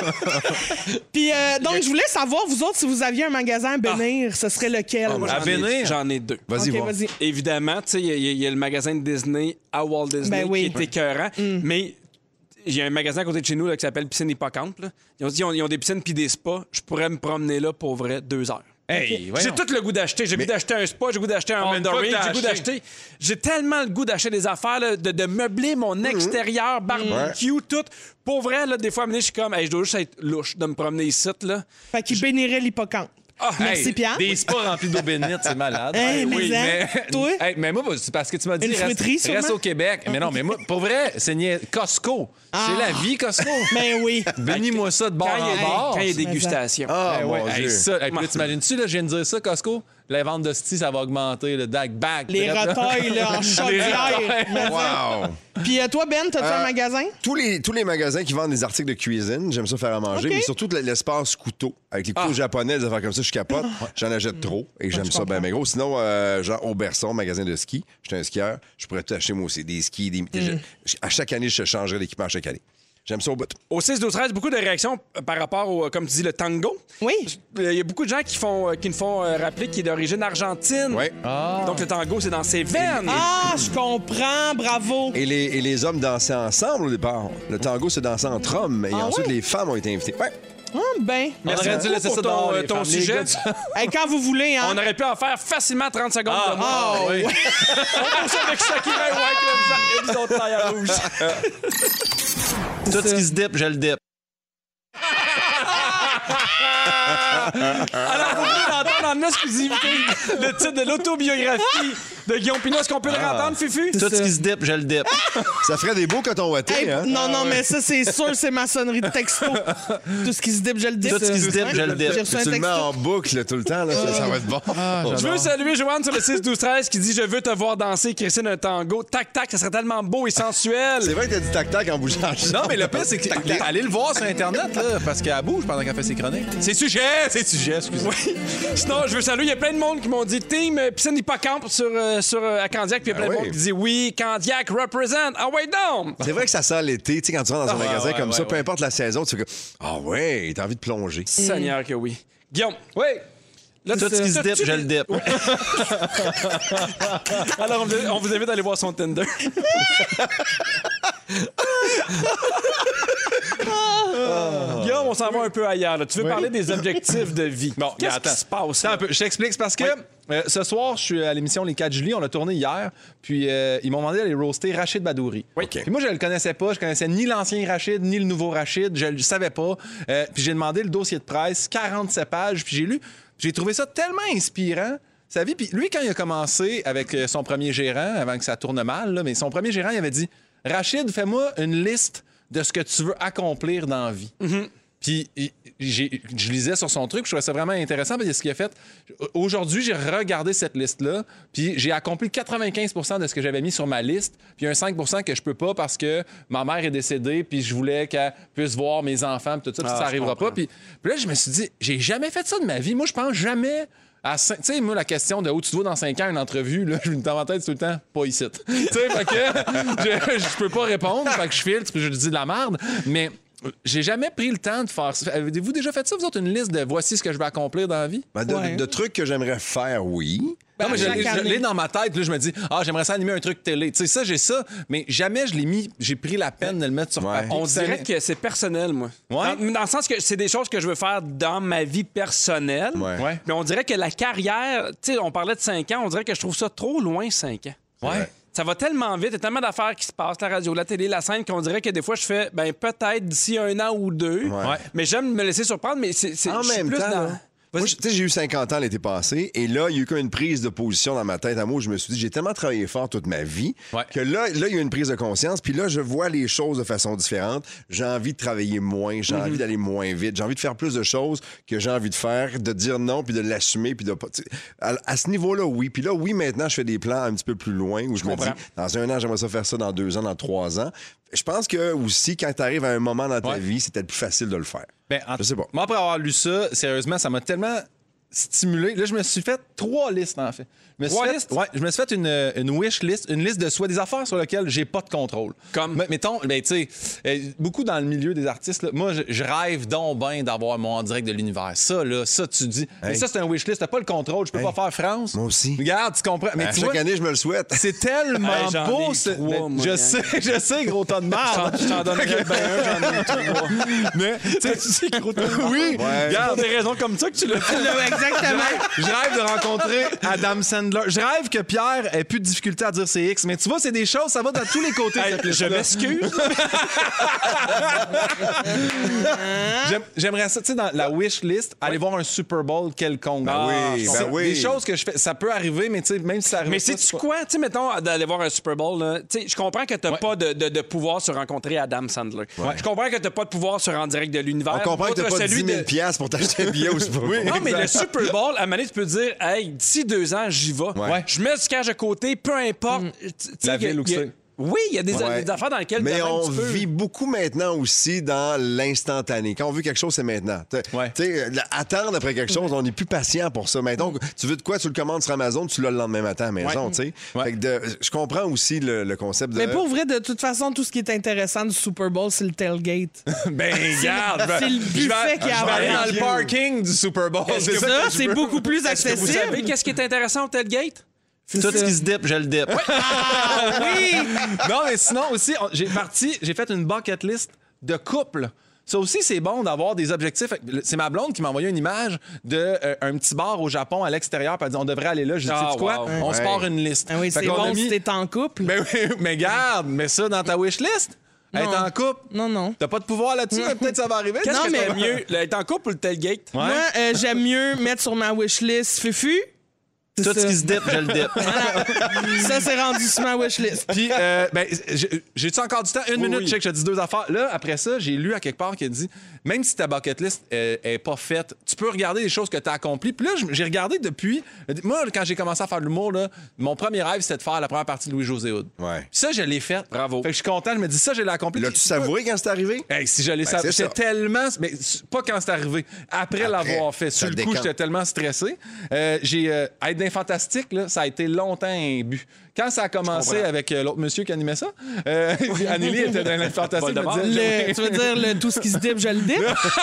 Puis, euh, donc, je voulais savoir, vous autres, si vous aviez un magasin à bénir, ce serait lequel? Moi, À j'en ai- bénir? J'en ai deux. Vas-y, OK, voir. vas-y. Évidemment, tu sais, il y, a- il y a le magasin de Disney à Walt Disney Ben oui. qui est écœurant. Mais il y a un magasin à côté de chez nous là, qui s'appelle Piscine Hippocampe. Là. Ils ont dit ils ont, ils ont des piscines puis des spas. Je pourrais me promener là pour vrai deux heures. Hey, J'ai voyons. tout le goût d'acheter. J'ai le goût d'acheter un spa, j'ai le goût d'acheter un Oh, une fois Mandarin, que t'as j'ai le goût acheté. d'acheter. J'ai tellement le goût d'acheter des affaires, là, de, de meubler mon extérieur, barbecue, tout. Pour vrai, là, des fois, à un moment donné, je suis comme, hey, je dois juste être louche de me promener ici, là. Fait qu'il bénirait l'hippocampe. Ah, Merci, Hey, Pierre. Des spas remplis d'eau bénite, c'est malade. Hey, mais oui, hein, mais, toi? Hey, mais moi, c'est parce que tu m'as dit Une reste, fruiterie, sûrement? reste au Québec. Mais non, mais moi, pour vrai, c'est niais- Costco. Ah. C'est la vie, Costco. Ben oui. Bénis-moi ça de bord Quand il y en a, bord. quand il y a des Mais dégustations. Ah, Eh ouais, mon hey, Dieu. ça, hey, puis là, t'imagines-tu, là, je viens de dire ça, Costco? La vente de sties, ça va augmenter, le dag bag. Les retailles, là, en chaudière. Mais- Wow! Puis, euh, toi, Ben, t'as-tu Euh, un magasin? Tous les, tous les magasins qui vendent des articles de cuisine, j'aime ça faire à manger, OK. mais surtout l- l'espace couteau. Avec les couteaux japonais, des affaires comme ça, je capote. J'en achète trop et j'aime ça bien, bien gros. Sinon, euh, genre Auberson, magasin de ski, j'étais un skieur, je pourrais tout acheter moi aussi, des skis, des, des- je- à chaque année, je changerais l'équipement à chaque année. J'aime ça au bout. Au six douze treize, beaucoup de réactions par rapport au, comme tu dis, le tango. Oui. Il y a beaucoup de gens qui, font, euh, qui nous font euh, rappeler qu'il est d'origine argentine. Ouais. Donc le tango, c'est dans ses veines. Ah, je comprends, bravo. Et les, et les hommes dansaient ensemble au départ. Le tango se dansait entre hommes et Ah ensuite ouais? les femmes ont été invitées. Ouais. Ah, ben. On aurait dû laisser pour ça ton, dans euh, les ton femmes, les sujet. gars de- Hey, quand vous voulez, hein. On aurait pu en faire facilement trente secondes de moins. Ah, oui. ouais. On pousse avec Shakira et White comme ça, et nous autres tailles à rouge. Tout ce qui se dip, je le dip. Alors, vous voulez l'entendre en exclusivité le titre de l'autobiographie de Guillaume Pinot. Est-ce qu'on peut le entendre, Fufu? Tout ce qui se dip, je le dip. Ça ferait des beaux coton ouatés, Hey, hein? non, non, mais ça, c'est sûr, c'est ma sonnerie de texto. Tout ce qui se dip, je le dip. Tout ce qui se dip, je le dip. J'ai reçu un Tu le mets texto. en boucle tout le temps, là, ça, ça va être bon. Je veux saluer Joanne sur le six douze treize qui dit « Je veux te voir danser, Christine, un tango. Tac, tac, ça serait tellement beau et sensuel. C'est vrai que t'as dit tac-tac en bougeant. Non, mais le pire, c'est que allez le voir sur Internet, là, parce qu'elle bouge pendant qu'elle fait ses chroniques. C'est sujet, c'est sujet, excusez-moi. » Sinon, je veux saluer, il y a plein de monde qui m'ont dit « Team euh, Piscine Hippocampe sur, euh, sur, euh, à Candiac. » Puis il y a plein Ah de oui. monde qui dit « Oui, Candiac represent. Ah ouais, donc! C'est vrai que ça sent l'été, tu sais, quand tu rentres dans un ouais, magasin ouais, comme ouais, ça, ouais. peu importe la saison, tu fais que ah ouais, t'as envie de plonger. » Seigneur que oui. Guillaume, Oui. là, Tout ce qui se dip, t'as-tu je le des- dip. Alors, on vous, on vous invite à aller voir son Tinder. Guillaume, on s'en va un peu ailleurs. là. Tu veux parler des objectifs de vie. Bon, qu'est-ce attends. qui se passe? Attends là? un peu, je t'explique, c'est parce que euh, ce soir, je suis à l'émission Les quatre juillet, on l'a tourné hier, puis euh, ils m'ont demandé d'aller roaster Rachid Badouri. Oui. Puis moi, je le connaissais pas, je connaissais ni l'ancien Rachid, ni le nouveau Rachid, je le savais pas. Euh, puis j'ai demandé le dossier de presse, quarante-sept pages, puis j'ai lu, j'ai trouvé ça tellement inspirant. Sa vie, puis lui, quand il a commencé avec euh, son premier gérant, avant que ça tourne mal, là, mais son premier gérant, il avait dit « Rachid, fais-moi une liste de ce que tu veux accomplir dans la vie. Mm-hmm. Puis j'ai, je lisais sur son truc, je trouvais ça vraiment intéressant parce que ce qu'il a fait. Aujourd'hui, j'ai regardé cette liste-là, puis j'ai accompli quatre-vingt-quinze pour cent de ce que j'avais mis sur ma liste, puis un cinq pour cent que je peux pas parce que ma mère est décédée, puis je voulais qu'elle puisse voir mes enfants, puis tout ça, puis Ah, ça je arrivera comprends. pas. Puis, puis là, je me suis dit, j'ai jamais fait ça de ma vie. Moi, je pense jamais. Tu sais, moi, la question de où tu te vois dans cinq ans une entrevue, là, je dans ma tête tout le temps, pas ici. Tu sais, fait que je, je peux pas répondre, fait que je filtre, puis je dis de la merde, mais. J'ai jamais pris le temps de faire ça. Avez-vous déjà fait ça, vous autres, une liste de voici ce que je vais accomplir dans la vie? Ben, de, Ouais. de trucs que j'aimerais faire, oui. Non, mais je, chaque l'ai- je année. l'ai dans ma tête, là, je me dis, ah, j'aimerais ça animer un truc télé. Tu sais, ça, j'ai ça, mais jamais je l'ai mis, j'ai pris la peine de le mettre sur Ouais. papier. On Ça dirait m'est- que c'est personnel, moi. Ouais. Dans, dans le sens que c'est des choses que je veux faire dans ma vie personnelle. Ouais. Ouais. Mais on dirait que la carrière, tu sais, on parlait de cinq ans, on dirait que je trouve ça trop loin, cinq ans. Ouais. Ça va tellement vite, il y a tellement d'affaires qui se passent, la radio, la télé, la scène, qu'on dirait que des fois, je fais, ben peut-être d'ici un an ou deux. Ouais. Mais j'aime me laisser surprendre, mais c'est. c'est- En je suis même plus temps, dans- là, moi, je- tu sais, j'ai eu cinquante ans l'été passé, et là, il y a eu comme une prise de position dans ma tête à moi où je me suis dit, j'ai tellement travaillé fort toute ma vie Ouais. que là, là, il y a eu une prise de conscience, puis là, je vois les choses de façon différente. J'ai envie de travailler moins, j'ai envie d'aller moins vite, j'ai envie de faire plus de choses que j'ai envie de faire, de dire non, puis de l'assumer, puis de pas. tu sais, À, à ce niveau-là, oui. Puis là, oui, maintenant, je fais des plans un petit peu plus loin où je, me comprends. dis, dans un an, j'aimerais ça faire ça, dans deux ans, dans trois ans. Je pense que aussi, quand tu arrives à un moment dans ta Ouais. vie, c'est peut-être plus facile de le faire. Ben, en- Je sais pas. Moi, après avoir lu ça, sérieusement, ça m'a tellement stimulé. Là, je me suis fait trois listes, en fait. Je me suis Trois fait- listes? Ouais, je me suis fait une, une wish list, une liste de soit des affaires sur lesquelles j'ai pas de contrôle. Comme? M- mettons, ben, tu sais, euh, beaucoup dans le milieu des artistes, là, moi, je, je rêve donc bien d'avoir mon en direct de l'univers. Ça, là, ça, tu dis. Mais Hey. ça, c'est un wish list. T'as pas le contrôle. Je peux Hey. pas faire France. Moi aussi. Regarde, tu comprends. Mais À tu chaque vois, année, je me le souhaite. c'est tellement Hey, j'en beau. ai ce- trois, mais moi, je gang. sais, je sais, gros tas de marde. Je t'en donnerais bien un, j'en ai trois. Mais, tu sais, tu sais, gros tas de marde. Oui, Ouais. regarde. Pour des raisons comme ça que tu l'as fait. Exactement. Je rêve de rencontrer Adam Sandler. Je rêve que Pierre ait plus de difficulté à dire ses X. Mais tu vois, c'est des choses, ça va dans tous les côtés. Hey, cette je liste-là. m'excuse. J'aime- J'aimerais ça, tu sais, dans la wish list, aller voir un Super Bowl quelconque. Ah, oui, je ben comprends. oui. Des choses que je fais, ça peut arriver, mais tu sais, même si ça arrive Mais pas, sais-tu c'est pas- quoi? Tu sais, mettons, d'aller voir un Super Bowl, là, tu sais, je comprends que t'as Ouais. pas de, de, de pouvoir sur rencontrer Adam Sandler. Je comprends que t'as pas de pouvoir sur En direct de l'univers. On comprend que t'as Outre pas celui dix mille de- piastres pour t'acheter un billet au Super Bowl. Non, mais le Super Bowl, à un moment donné, tu peux dire, hey, d'ici deux ans, j'y vais. Ouais. Je mets du cash de côté, peu importe. Tu- tu sais, La il y a- ville où il y a- c'est. Oui, il y a des, Ouais. des affaires dans lesquelles Mais t'as on un petit peu- vit beaucoup maintenant aussi dans l'instantané. Quand on veut quelque chose, c'est maintenant. Tu Ouais. sais, la- attendre après quelque chose, on n'est plus patient pour ça. Mais donc, tu veux de quoi, tu le commandes sur Amazon, tu l'as le lendemain matin à la maison. Ouais. tu sais. Ouais. Fait que de- je comprends aussi le, le concept de. Mais pour vrai, de toute façon, tout ce qui est intéressant du Super Bowl, c'est le tailgate. Ben, regarde. je vais- C'est le je vais- buffet qu'il y a Je vais aller avant. dans le parking du Super Bowl. Est-ce que C'est Ça, que je c'est veux. beaucoup plus Est-ce que vous savez accessible. qu'est-ce qui est intéressant au tailgate? Tout ce qui se dip, je le dip. Oui! Non, mais sinon aussi, on- j'ai parti, j'ai fait une bucket list de couple. Ça aussi, c'est bon d'avoir des objectifs. C'est ma blonde qui m'a envoyé une image d'un petit bar au Japon à l'extérieur. Puis elle dit, on devrait aller là. Je dis, Ah, sais-tu quoi? wow. On se Ouais. part une liste. Ah oui, Fait c'est qu'on a bon mis- si t'es en couple. Ben oui, mais garde, mets ça dans ta wish list. Être Non. en couple. Non, non. T'as pas de pouvoir là-dessus, mais peut-être ça va arriver. Qu'est-ce Non, que mais- t'aimes mieux? le- Être en couple ou le tailgate? Ouais. Moi, euh, j'aime mieux mettre sur ma wishlist Fufu. C'est Tout ce ça. qui se dip, je le dip. Ça, c'est rendu sur ma wishlist. Puis, euh, ben, j'ai- j'ai-tu encore du temps? Une Oui, minute, oui. je sais que je te dis deux affaires. Là, après ça, j'ai lu à quelque part qui a dit même si ta bucket list euh, est pas faite, tu peux regarder les choses que tu as accomplies. Puis là, je- j'ai regardé depuis. Moi, quand j'ai commencé à faire de l'humour, là, mon premier rêve, c'était de faire la première partie de Louis-José Hood. Ouais. Puis ça, je l'ai fait. Bravo. Fait que je suis content. Je me dis ça, je l'ai accompli. L'as-tu Puis- savouré quand c'est arrivé? Hey, si je l'ai Ben, savouré, c'est j'étais ça. tellement. Mais c- pas quand c'est arrivé. Après, Après, l'avoir fait. ça Sur le coup, décante. j'étais tellement stressé. Euh, j'ai euh, être d'un fantastique, là, ça a été longtemps un but. Quand ça a commencé comprends. avec euh, l'autre monsieur qui animait ça, euh, Anneli était dans le fantastique. Voldemort. me disait, Le- tu veux dire le, tout ce qui se dip, je le dip?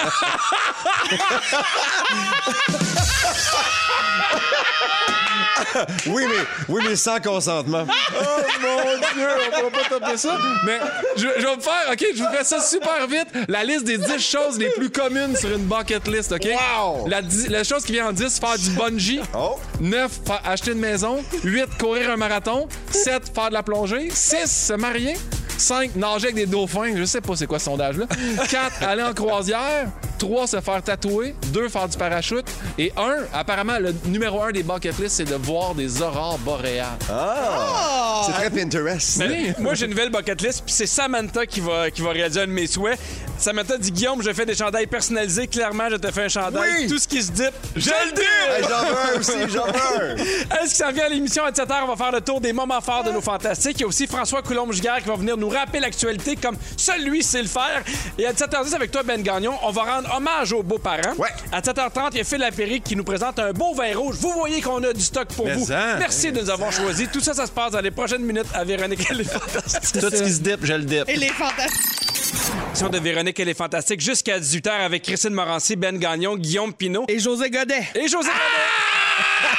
Oui, mais, oui, mais sans consentement. Oh mon Dieu, on va pas taper ça. Mais je, je vais me faire, OK, je vous fais ça super vite. La liste des dix choses les plus communes sur une bucket list, OK? Wow! La, dix- la chose qui vient en dix, faire du bungee. Oh! neuf, acheter une maison. huit, courir un marathon. sept, faire de la plongée. six, se marier. cinq, nager avec des dauphins. Je sais pas c'est quoi ce sondage-là. quatre, aller en croisière. trois, se faire tatouer, deux, faire du parachute, et un, apparemment, le numéro un des bucket list, c'est de voir des aurores boréales. Ah! C'est très Pinterest. Mais moi, j'ai une nouvelle bucket list, puis c'est Samantha qui va, qui va réaliser un de mes souhaits. Samantha dit, Guillaume, je fais des chandails personnalisés. Clairement, je te fais un chandail. Oui. Tout ce qui se dit, je le dis! Hey, j'en veux un aussi, j'en veux un. Est-ce qu'il s'en vient à l'émission à dix-sept heures? On va faire le tour des moments forts de nos fantastiques. Il y a aussi François Coulombe-Giguère qui va venir nous rappeler l'actualité comme seul lui sait le faire. Et à dix-sept heures dix, avec toi, Ben Gagnon, on va rendre hommage aux beaux-parents. Ouais. À dix-sept heures trente, il y a Phil Lapérique qui nous présente un beau vin rouge. Vous voyez qu'on a du stock pour Mais vous. hein. Merci de nous avoir choisis. Tout ça, ça se passe dans les prochaines minutes à Véronique et les Fantastiques. Tout ce qui se dip, je le dip. Et les fantastiques. Émission de Véronique et les Fantastiques jusqu'à dix-huit heures avec Christine Morancy, Ben Gagnon, Guillaume Pinault Et José Godet. et José Godet.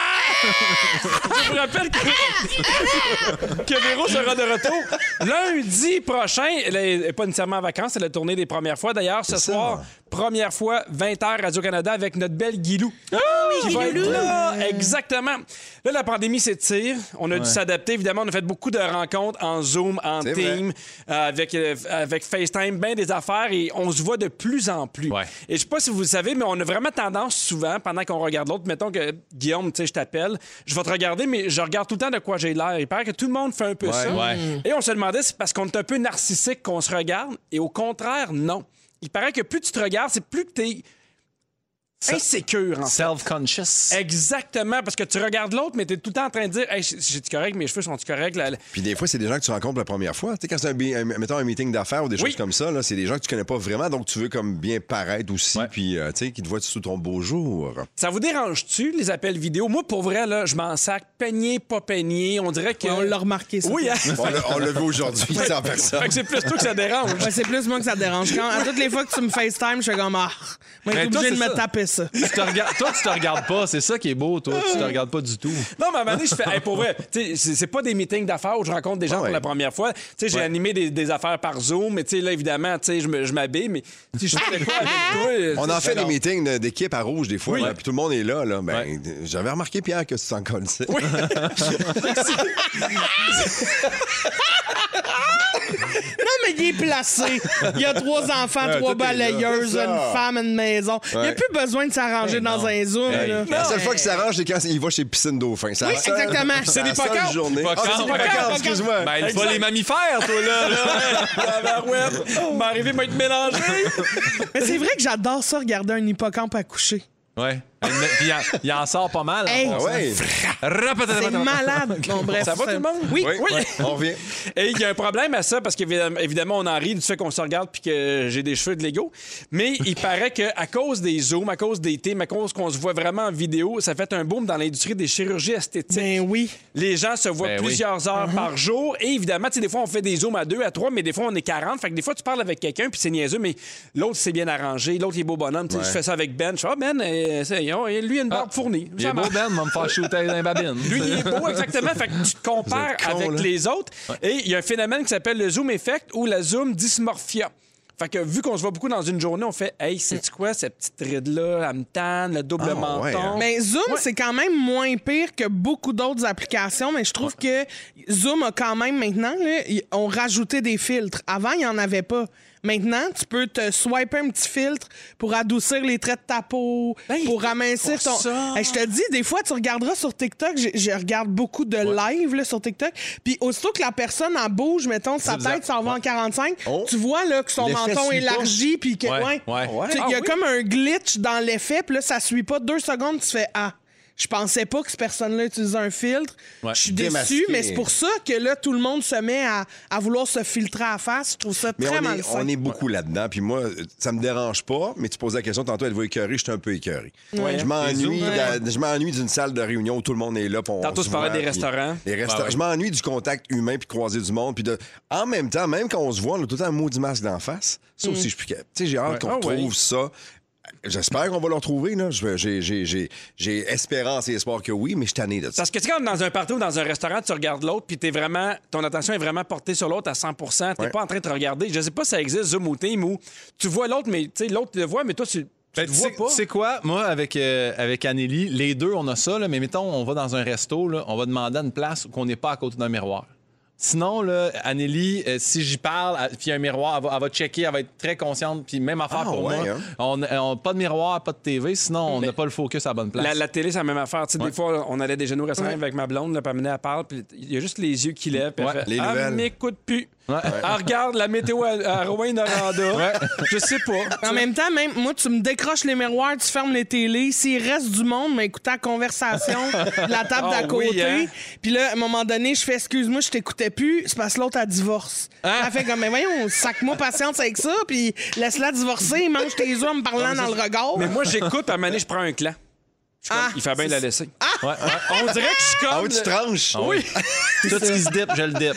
Je vous rappelle que, que Véro sera de retour lundi prochain. Elle n'est pas nécessairement en vacances, c'est la tournée des premières fois. D'ailleurs, ce C'est soir, ça. première fois, vingt heures Radio-Canada avec notre belle Guilou. Ah qui va être là. Exactement. Là, la pandémie s'étire. On a dû s'adapter. Évidemment, on a fait beaucoup de rencontres en Zoom, en C'est Team, euh, avec, euh, avec FaceTime, bien des affaires, et on se voit de plus en plus. Ouais. Et je sais pas si vous le savez, mais on a vraiment tendance souvent, pendant qu'on regarde l'autre, mettons que Guillaume, tu sais, je t'appelle, je vais te regarder, mais je regarde tout le temps de quoi j'ai l'air. Il paraît que tout le monde fait un peu ça. Ouais. Et on se demandait, c'est parce qu'on est un peu narcissique qu'on se regarde, et au contraire, non. Il paraît que plus tu te regardes, c'est plus que t'es insécure, en fait. Self-conscious. Exactement, parce que tu regardes l'autre, mais t'es tout le temps en train de dire, hey, j'ai-tu correct, mes cheveux sont-tu corrects? La- la- Puis des fois, c'est des gens que tu rencontres la première fois. Tu sais, quand c'est un, bi- un- mettons un meeting d'affaires ou des Oui. choses comme ça, là, c'est des gens que tu connais pas vraiment, donc tu veux comme bien paraître aussi, puis euh, tu sais, qu'ils te voient sous ton beau jour. Ça vous dérange-tu, les appels vidéo? Moi, pour vrai, là, je m'en sac, peigné, pas peigné. On dirait que. On l'a remarqué, ça. Oui, hein? On l'a- on l'a vu aujourd'hui, en personne. Fait que c'est plus toi que ça dérange. Ouais, c'est plus moi que ça dérange. Quand, à toutes les fois que tu me FaceTime, je fais comme ah, moi, je Mais suis toi, obligé de c'est me ça. taper ça. Tu te regardes- toi, tu te regardes pas. C'est ça qui est beau, toi. Tu te regardes pas du tout. Non, mais à un moment donné, je fais, hey, pour vrai, tu sais, c'est c'est pas des meetings d'affaires où je rencontre des gens Ah ouais. pour la première fois. Tu sais, j'ai Ouais. animé des, des affaires par Zoom, mais tu sais, là, évidemment, tu sais, je me- je m'habille, mais si je fais quoi avec toi? On tu en sais, fait des non. meetings de- d'équipe à rouge des fois, Oui. là, puis tout le monde est là. là. Ben, Ouais. J'avais remarqué, Pierre, que tu t'en connaissais. Oui. Non, mais il est placé. Il y a trois enfants, trois tout est là, balayeuses, c'est ça. une femme, une maison. Il n'y a Ouais. plus besoin de s'arranger dans un Zoom. Hey. là. La seule Non, fois qu'il s'arrange, c'est quand il va chez Piscine Dauphin. C'est la Oui, seule- exactement. C'est des la seule pocards. journée. Des Ah, c'est des pocards. pocards, Pocards. excuse-moi. Ben, il Exact. va les mammifères, toi, là. là. Tabarouette. M'arriver, m'a être mélangé. Mais c'est vrai que j'adore ça, regarder un hippocampe accoucher. Ouais. Puis il en- il en sort pas mal. Hey, Ah ouais. c'est malade. Bon, bref. Ça va, tout le monde? Oui. Oui, Oui. on revient. Et il y a un problème à ça, parce qu'évidemment, on en rit du fait qu'on se regarde puis que j'ai des cheveux de Lego. Mais il paraît qu'à cause des zooms, à cause des teams, à cause qu'on se voit vraiment en vidéo, ça fait un boom dans l'industrie des chirurgies esthétiques. Ben oui. Les gens se voient Ben oui. plusieurs heures par jour. Et évidemment, tu sais, des fois, on fait des zooms à deux, à trois, mais des fois, on est quarante. Fait que des fois, tu parles avec quelqu'un, puis c'est niaiseux, mais l'autre, c'est bien arrangé. L'autre, il est beau bonhomme. Tu sais, Ouais. Je fais ça avec Ben. Je fais, ah, Ben, euh, c'est- oh, lui, il a une barbe fournie. Il Ça est beau, marche. Ben, va me faire shooter dans les babines. Lui, il est beau, exactement. Fait que tu te compares Vous êtes con, avec là. les autres. Et il y a un phénomène qui s'appelle le zoom effect ou la zoom dysmorphia. Fait que vu qu'on se voit beaucoup dans une journée, on fait hey, c'est quoi cette petite ride-là, elle me tanne, le double Ah, menton. ouais, hein. Mais Zoom, c'est quand même moins pire que beaucoup d'autres applications, mais je trouve que Zoom a quand même maintenant, là, ils ont rajouté des filtres. Avant, il n'y en avait pas. Maintenant, tu peux te swiper un petit filtre pour adoucir les traits de ta peau, Hey, pour amincir pour ton... ça. Hey, je te dis, des fois, tu regarderas sur TikTok, je, je regarde beaucoup de live là, sur TikTok, puis aussitôt que la personne en bouge, mettons, sa Zip, tête s'en va en quarante-cinq, Oh. tu vois là, que son L'effet menton suit pas. élargi, puis que... Ouais, ouais. ouais. Tu sais, Ah Il y a oui? comme un glitch dans l'effet, puis là, ça suit pas deux secondes, tu fais Ah, je pensais pas que cette personne-là utilisait un filtre. Ouais. Je suis Démasqué. déçu, mais c'est pour ça que là, tout le monde se met à, à vouloir se filtrer à la face. Je trouve ça Mais très on est, malsain. on est beaucoup là-dedans. Puis moi, ça me dérange pas, mais tu posais la question tantôt, êtes-vous écœuré? Je suis un peu écœuré. Je m'ennuie Ouais. de- je m'ennuie d'une salle de réunion où tout le monde est là. puis on Tantôt, se tu parlais voit, des puis- restaurants. Les resta- Ouais, ouais. Je m'ennuie du contact humain puis croiser du monde. Puis de... En même temps, même quand on se voit, on a tout le temps un maudit masque d'en face. Ça aussi, je suis plus capable. Tu sais, j'ai hâte qu'on Ah retrouve ouais. ça. J'espère qu'on va le retrouver. Là. Je- J'ai, j'ai, j'ai, j'ai espérance et espoir que oui, mais je suis tanné de ça. Parce que tu sais, quand dans un party ou dans un restaurant, tu regardes l'autre, puis t'es vraiment, ton attention est vraiment portée sur l'autre à cent pour cent. T'es Ouais. pas en train de te regarder. Je sais pas si ça existe, Zoom ou Team, où tu vois l'autre, mais tu sais, l'autre te voit, mais toi, tu, tu Ben, te tu vois sais- pas. Tu sais quoi? Moi, avec, euh, avec Anneli, les deux, on a ça, là, mais mettons, on va dans un resto, là, on va demander à une place qu'on n'est pas à côté d'un miroir. Sinon, là, Anneli, euh, si j'y parle, elle- puis il y a un miroir, elle va, elle va checker, elle va être très consciente, puis même affaire Ah, pour ouais, moi. hein? On n'a pas de miroir, pas de T V, sinon on n'a pas le focus à la bonne place. La, la télé, c'est la même affaire. Tu sais, Ouais. Des fois, on allait déjeuner au restaurant avec ma blonde, là, puis elle menait à parler, puis il y a juste les yeux qui lèvent. puis elle Ouais, fait, les ah, nouvelles. m'écoute plus. Ouais. Elle regarde la météo à, à Rouen-Noranda. Je sais pas. En même temps, même moi, tu me décroches les miroirs, tu fermes les télés. S'il reste du monde, mais écouter la conversation de la table Ah d'à côté. oui, hein? Puis là, à un moment donné, je fais excuse-moi, je t'écoutais plus. C'est parce que l'autre a divorce. Elle fait comme, mais voyons, sac-moi patience avec ça, puis laisse-la divorcer, mange tes œufs en me parlant dans le regard. Mais moi, j'écoute, puis à un moment donné, je prends un clan. Je suis comme, Ah, il fait bien de la laisser. Ouais, ouais. On dirait que je suis comme. Ah oui, tu tranches. Oui. Tout ce qui se dip, je le dip.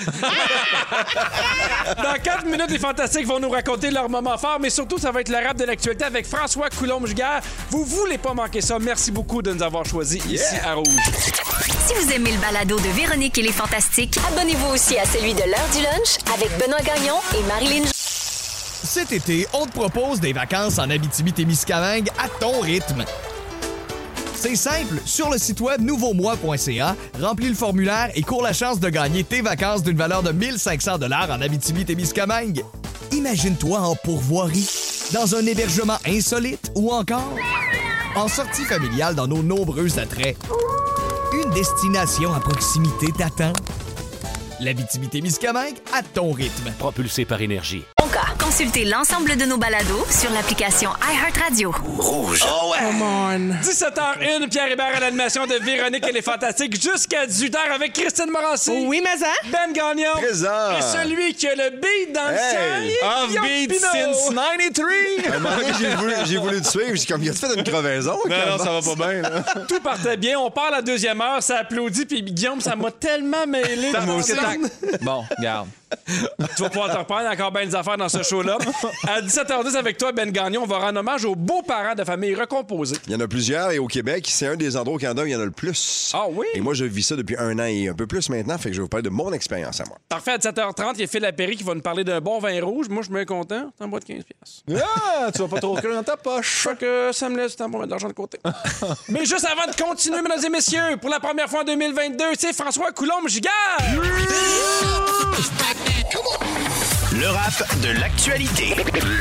Dans quatre minutes, les Fantastiques vont nous raconter leur moment fort, mais surtout, ça va être le rap de l'actualité avec François Coulombe-Giguère. Vous voulez pas manquer ça. Merci beaucoup de nous avoir choisis ici à Rouge. Si vous aimez le balado de Véronique et les Fantastiques, Abonnez-vous aussi à celui de l'heure du lunch avec Benoît Gagnon et Marilyn. Cet été, on te propose des vacances en Abitibi-Témiscamingue à ton rythme. C'est simple, sur le site web nouveau moi point c a, remplis le formulaire et cours la chance de gagner tes vacances d'une valeur de mille cinq cents dollars en Abitibi-Témiscamingue. Imagine-toi en pourvoirie, dans un hébergement insolite ou encore en sortie familiale dans nos nombreux attraits. Une destination à proximité t'attend. L'Abitibi-Témiscamingue à ton rythme. Propulsé par Énergie. consultez l'ensemble de nos balados sur l'application iHeartRadio. Rouge. Come on. dix-sept heures une, Pierre Hébert à l'animation de Véronique et les Fantastiques jusqu'à dix-huit heures avec Christine Morancy. Oui, mais ça. Ben Gagnon. Présent. Et celui qui a le beat dans le Hey. sang. Guillaume Offbeat Pinot. since quatre-vingt-treize! À un moment donné, j'ai voulu, j'ai voulu te suivre. J'ai comme, il a fait une crevaison. Non, non, ça va pas bien, là. Tout partait bien. On part la deuxième heure, ça applaudit, puis Guillaume, ça m'a tellement mêlé. Moi aussi, Parce que tac. Bon, regarde. Tu vas pouvoir te reprendre encore bien des affaires dans ce show-là. À dix-sept heures dix avec toi, Ben Gagnon, on va rendre hommage aux beaux-parents de famille recomposée. Il y en a plusieurs et au Québec, c'est un des endroits au Canada où il y en a le plus. Ah oui? Et moi, je vis ça depuis un an et un peu plus maintenant, fait que je vais vous parler de mon expérience à moi. Parfait, à dix-sept heures trente, il y a Phil Lapéry qui va nous parler d'un bon vin rouge. Moi, je suis bien content. T'en bois de quinze piastres. Ah, tu vas pas trop creux dans ta poche. Fait que ça me laisse du temps pour mettre de l'argent de côté. Mais juste avant de continuer, mesdames et messieurs, pour la première fois en deux mille vingt-deux, c'est François Coulombe-Giguère! Le rap de l'actualité.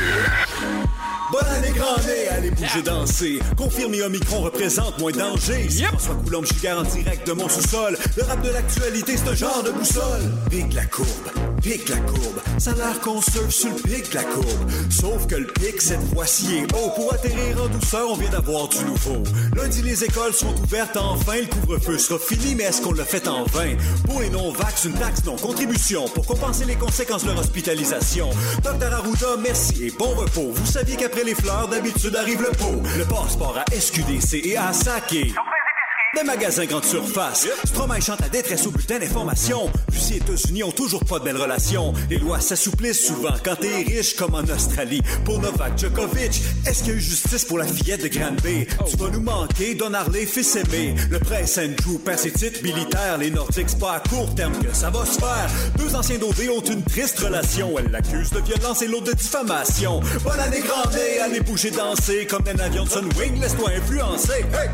Bonne année, grand nez, allez bouger, danser. Confirmé, Omicron représente moins de danger. C'est Yep. François Coulombe-Giguère en direct de mon sous-sol. Le rap de l'actualité, c'est un genre de boussole. Pique la courbe, pique la courbe. Ça a l'air qu'on surfe sur le pic la courbe. Sauf que le pic, cette fois-ci, est haut. Pour atterrir en douceur, on vient d'avoir du nouveau. Lundi, les écoles sont ouvertes enfin. Le couvre-feu sera fini, mais est-ce qu'on l'a fait en vain? Pour les non-vax, une taxe non-contribution. Pour compenser les conséquences de leur hospitalisation. Docteur Arruda, merci et bon repos. Vous saviez qu'après les fleurs, d'habitude arrive le pot. Le passeport à S Q D C et à Saké. Des magasins grande surface. Stromae chante la détresse au bulletin d'information. Russie et États-Unis ont toujours pas de belles relations. Les lois s'assouplissent souvent quand t'es riche, comme en Australie. Pour Novak Djokovic, est-ce qu'il y a eu justice pour la fillette de Granby? Tu vas nous manquer, Don Harley, fils aimé. Le prince Andrew perd ses titres militaires. Les Nordiques, c'est pas à court terme que ça va se faire. Deux anciens dodés ont une triste relation. Elle l'accuse de violence et l'autre de diffamation. Bonne année, grand nez, allez bouger, danser. Comme un avion de Sunwing, laisse-toi influencer. Hey!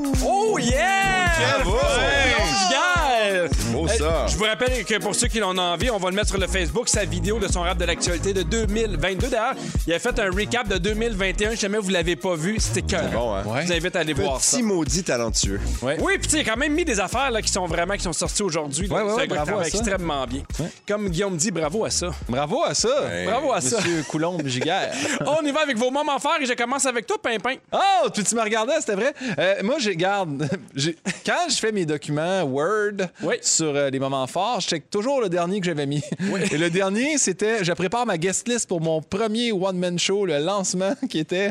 Oh yeah! Bravo! Coulombe-Giguère! beau, Hey, ça. Je vous rappelle que pour ceux qui en ont envie, on va le mettre sur le Facebook, sa vidéo de son rap de l'actualité de deux mille vingt-deux. D'ailleurs, il a fait un recap de deux mille vingt et un. Si jamais vous l'avez pas vu, c'était cœur. Bon, hein? Je vous invite à aller voir ça. Petit maudit talentueux. Ouais. Oui, puis tu sais, il a quand même mis des affaires là, qui sont vraiment qui sont sorties aujourd'hui. là. Ouais, ouais, C'est un ouais, gars qui bravo travaille à ça. extrêmement bien. Comme Guillaume dit, bravo à ça. Bravo à ça. Bravo à ça. Monsieur Coulombe-Giguère. On y va avec vos moments forts et je commence avec toi, Pimpin. Oh, puis tu me regardais, c'était vrai. Euh, moi, je garde. j'ai- Quand je fais mes documents Word Oui. sur euh, les moments forts, je check toujours le dernier que j'avais mis. Et le dernier, c'était je prépare ma guest list pour mon premier one-man show, le lancement qui était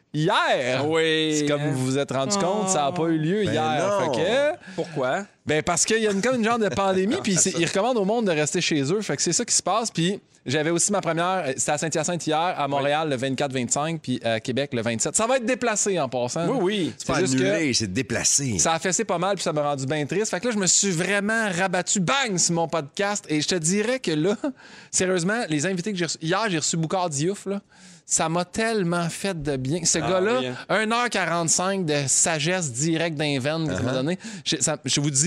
hier. Oui. C'est comme vous vous êtes rendu compte, ça n'a pas eu lieu Ben hier. non. Fait que, Pourquoi? ben parce qu'il y a une, comme une genre de pandémie, puis c'est- ils recommandent au monde de rester chez eux. Fait que c'est ça qui se passe. Puis j'avais aussi ma première, c'était à Saint-Hyacinthe hier, à Montréal le vingt-quatre vingt-cinq, puis à Québec le vingt-sept. Ça va être déplacé en passant. Oui, oui. C'est pas juste que annulé, c'est déplacé. ça a fessé pas mal, puis ça m'a rendu bien triste. Fait que là, je me suis vraiment rabattu, bang, sur mon podcast. Et je te dirais que là, sérieusement, les invités que j'ai reçus... Hier, j'ai reçu Boucard Diouf, là. Ça m'a tellement fait de bien. Ce gars-là, oui, hein. une heure quarante-cinq de sagesse directe d'un veine que ça m'a donné. Je, ça- je vous dis,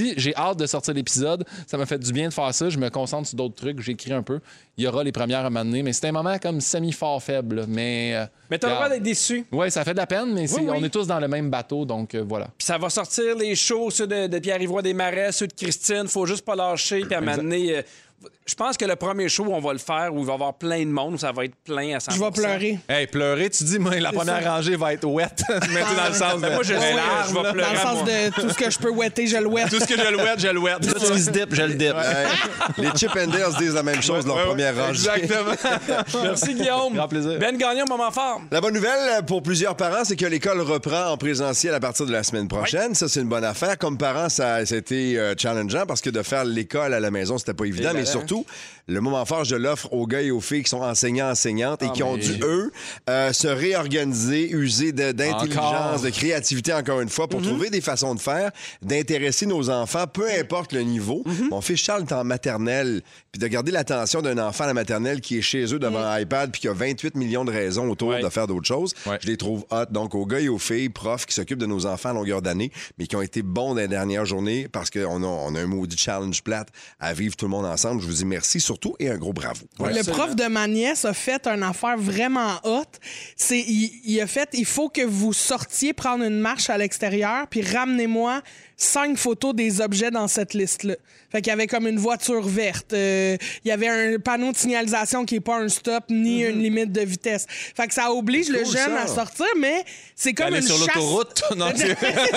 dit, j'ai hâte de sortir l'épisode. Ça m'a fait du bien de faire ça. Je me concentre sur d'autres trucs. J'écris un peu. Il y aura les premières à m'amener. Mais c'est un moment comme semi-fort faible. Mais, euh, mais t'as le droit d'être déçu. Oui, ça fait de la peine, mais oui, oui. on est tous dans le même bateau, donc euh, voilà. Puis ça va sortir les shows, ceux de, de Pierre-Yvroy Desmarais, ceux de Christine. Faut juste pas lâcher. Puis à m'amener... Euh, je pense que le premier show, on va le faire où il va y avoir plein de monde, où ça va être plein à cent pour cent. Je vais pleurer. Hey, pleurer, tu dis, moi, la C'est première ça. rangée va être wet. Mais tu dans le sens de. Moi, je sais, je vais pleurer. Dans le sens de tout ce que je peux ouetter, je le ouette. Tout ce que je le wet, je le wet. Tout ce qui se dip, je le dip. Ouais. Les Chip and Dales disent la même chose de leur Ouais, ouais, première rangée. Exactement. Merci, Guillaume. Grand plaisir. Ben Gagnon, moment fort. La bonne nouvelle pour plusieurs parents, c'est que l'école reprend en présentiel à partir de la semaine prochaine. Oui. Ça, c'est une bonne affaire. Comme parents, ça, ça a été euh, challengeant parce que de faire l'école à la maison, c'était pas évident. Mais surtout, le moment fort, je l'offre aux gars et aux filles qui sont enseignants, enseignantes et ah, qui ont mais... dû, eux, euh, se réorganiser, user de, d'intelligence, encore. de créativité, encore une fois, pour mm-hmm. trouver des façons de faire, d'intéresser nos enfants, peu importe le niveau. Mm-hmm. Mon fils Charles est en maternelle, puis de garder l'attention d'un enfant à la maternelle qui est chez eux devant un mm-hmm. iPad puis qui a vingt-huit millions de raisons autour ouais. de faire d'autres choses. Ouais. Je les trouve hot. Donc, aux gars et aux filles, profs qui s'occupent de nos enfants à longueur d'année, mais qui ont été bons dans les dernières journées parce qu'on a, on a un maudit challenge plate à vivre tout le monde ensemble. Je vous dis merci surtout et un gros bravo. Ouais, le prof de ma nièce a fait une affaire vraiment hot. C'est, il, il a fait, il faut que vous sortiez prendre une marche à l'extérieur puis ramenez-moi cinq photos des objets dans cette liste-là. Fait qu'il y avait comme une voiture verte. Euh, il y avait un panneau de signalisation qui n'est pas un stop ni mm-hmm. une limite de vitesse. Fait que ça oblige c'est le cool, jeune ça. À sortir, mais c'est comme aller une sur chasse... l'autoroute. Non, c'est...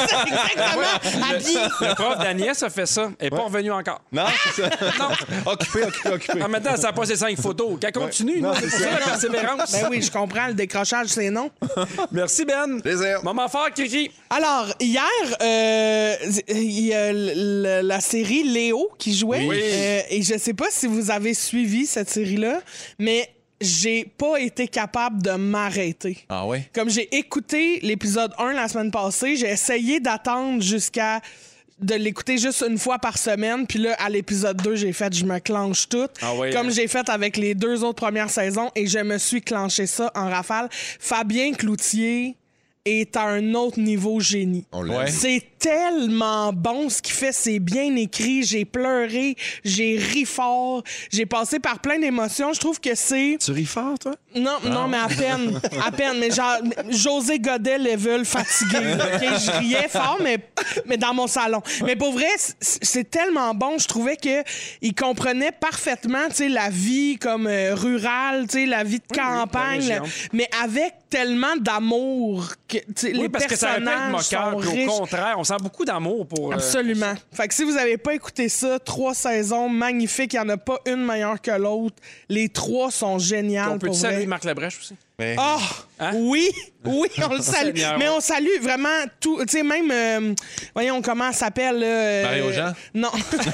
Exactement. À pied. Le prof d'Agnès a fait ça. Elle n'est pas revenue encore. Non, c'est ça. Non. Occupé, occupé, occupé. En même temps, ça n'a pas ses cinq photos. Qu'elle continue. Ouais. Non, c'est, c'est ça la persévérance. Ben oui, je comprends. Le décrochage, c'est non. Merci, Ben. Plaisir. Moment fort, Kiki. Alors, hier, euh, il y a l- la série Léo qui jouait. Oui. Euh, et je sais pas si vous avez suivi cette série-là, mais j'ai pas été capable de m'arrêter. Ah oui? Comme j'ai écouté l'épisode un la semaine passée, j'ai essayé d'attendre jusqu'à de l'écouter juste une fois par semaine. Puis là, à l'épisode deux, j'ai fait « je me clenche tout ah oui, ». Comme hein? j'ai fait avec les deux autres premières saisons et je me suis clenché ça en rafale. Fabien Cloutier est à un autre niveau génie. Ouais. C'est tellement bon ce qu'il fait, c'est bien écrit, j'ai pleuré, j'ai ri fort, j'ai passé par plein d'émotions. Je trouve que c'est... Tu ris fort, toi? Non, ah. non, mais à peine, à peine. Mais genre, José Godet level fatigué. Okay? Je riais fort, mais, mais dans mon salon. Mais pour vrai, c'est, c'est tellement bon. Je trouvais que il comprenait parfaitement, tu sais, la vie comme euh, rurale, tu sais, la vie de oui, campagne, oui, mais avec tellement d'amour que oui, les parce personnages que ça peut être moqueur, sont puis riches. Au contraire, on sent beaucoup d'amour pour... Euh... Absolument. Fait que si vous n'avez pas écouté ça, trois saisons magnifiques, il n'y en a pas une meilleure que l'autre. Les trois sont géniales. On peut pour saluer vrai. Marc Labrèche aussi? Mais... Oh! Hein? Oui, oui, on le salue. Mais on salue vraiment tout. Tu sais, même, euh, voyons comment elle s'appelle. Euh, Mario-Jean? Non.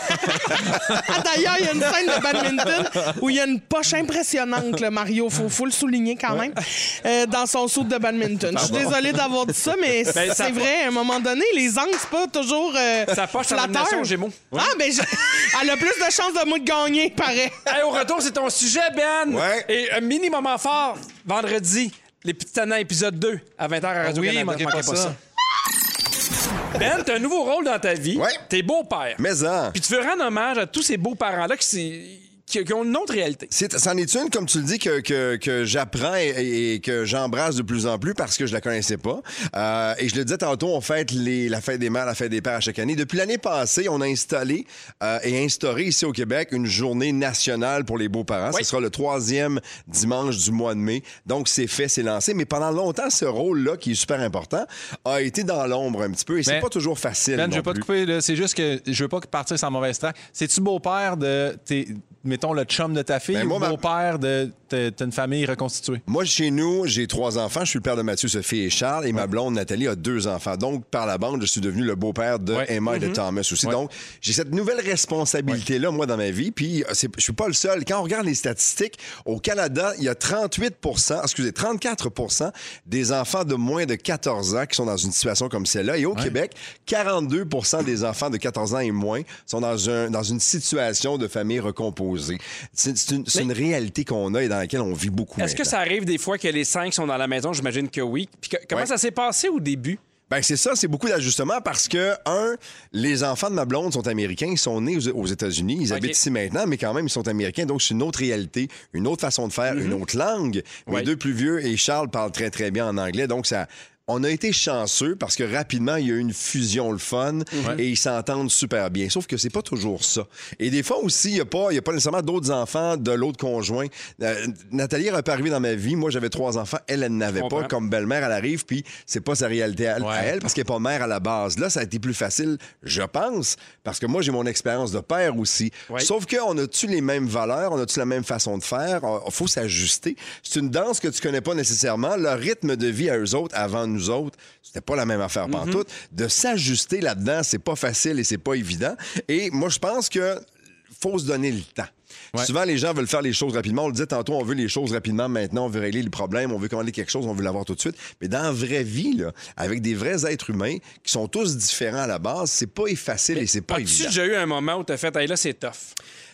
Ah, d'ailleurs, il y a une scène de badminton où il y a une poche impressionnante, là, Mario. Faut, faut le souligner quand même. Euh, dans son saut de badminton. Je suis désolée d'avoir dit ça, mais ben, c'est vrai, à un moment donné, les angles, c'est pas toujours euh, sa poche en nomination Gémeaux. Ouais. Ah, ben, je... elle a plus de chances de moi de gagner, paraît. Hey, au retour, c'est ton sujet, Ben. Ouais. Et un mini moment fort, vendredi. Les Petits Tannants, épisode deux, à vingt heures à Radio-Canada. Oui, manquez pas, pas ça. ça. Ben, t'as un nouveau rôle dans ta vie. Ouais. T'es beau-père. Mais ça. Puis tu veux rendre hommage à tous ces beaux-parents-là qui, qui, qui ont une autre réalité. C'est, c'en est une, comme tu le dis, que, que, que j'apprends et, et que j'embrasse de plus en plus parce que je la connaissais pas. Euh, et je le disais tantôt, on fête les, la fête des mères, la fête des pères à chaque année. Depuis l'année passée, on a installé euh, et instauré ici au Québec une journée nationale pour les beaux-parents. Oui. Ce sera le troisième dimanche du mois de mai. Donc, c'est fait, c'est lancé. Mais pendant longtemps, ce rôle-là, qui est super important, a été dans l'ombre un petit peu. Et c'est Mais, pas toujours facile. Ben, je veux pas plus. te couper, là. C'est juste que je veux pas partir sans mauvaise track. C'est-tu beau-père de tes, mettons, le chum de ta fille ben, moi, ou beau-père de t'as une famille reconstituée? Moi, chez nous, j'ai trois enfants. Je suis le père de Mathieu, Sophie et Charles. Et ouais. ma blonde, Nathalie, a deux enfants. Donc, par la bande, je suis devenu le beau-père de ouais. Emma mm-hmm. et de Thomas aussi. Ouais. Donc, j'ai cette nouvelle responsabilité-là, ouais. moi, dans ma vie. Puis, c'est, je suis pas le seul. Quand on regarde les statistiques, au Canada, il y a trente-huit pour cent, excusez, trente-quatre pour cent des enfants de moins de quatorze ans qui sont dans une situation comme celle-là. Et au ouais. Québec, quarante-deux pour cent des enfants de quatorze ans et moins sont dans, un, dans une situation de famille recomposée. C'est, c'est, une, c'est une réalité qu'on a et dans laquelle on vit beaucoup. Est-ce maintenant. Que ça arrive des fois que les cinq sont dans la maison? J'imagine que oui. Puis que, comment ouais. ça s'est passé au début? Ben c'est ça, c'est beaucoup d'ajustements parce que, un, les enfants de ma blonde sont américains, ils sont nés aux, aux États-Unis, ils OK. habitent ici maintenant, mais quand même, ils sont américains, donc c'est une autre réalité, une autre façon de faire, Mm-hmm. une autre langue. Ouais. Mes deux plus vieux et Charles parlent très, très bien en anglais, donc ça... On a été chanceux parce que rapidement, il y a eu une fusion le fun et ils s'entendent super bien. Sauf que c'est pas toujours ça. Et des fois aussi, il n'y a, pas- il y a pas nécessairement d'autres enfants de l'autre conjoint. Euh, Nathalie n'est pas arrivée dans ma vie. Moi, j'avais trois enfants. Elle, elle n'avait Je pas. comprends. Comme belle-mère, elle arrive, puis c'est pas sa réalité à, à elle parce qu'elle n'est pas mère à la base. Là, ça a été plus facile, je pense, parce que moi, j'ai mon expérience de père aussi. Ouais. Sauf qu'on a-tu les mêmes valeurs? On a-tu la même façon de faire? Il faut s'ajuster. C'est une danse que tu connais pas nécessairement. Le rythme de vie à eux autres, avant nous autres, c'était pas la même affaire pantoute. De s'ajuster là-dedans, c'est pas facile et c'est pas évident. Et moi, je pense que faut se donner le temps. Ouais. Souvent, les gens veulent faire les choses rapidement. On le disait tantôt, on veut les choses rapidement maintenant, on veut régler les problèmes, on veut commander quelque chose, on veut l'avoir tout de suite. Mais dans la vraie vie, là, avec des vrais êtres humains qui sont tous différents à la base, c'est pas facile et c'est pas As-tu évident. déjà eu un moment où t'as fait, hey, là, c'est tough?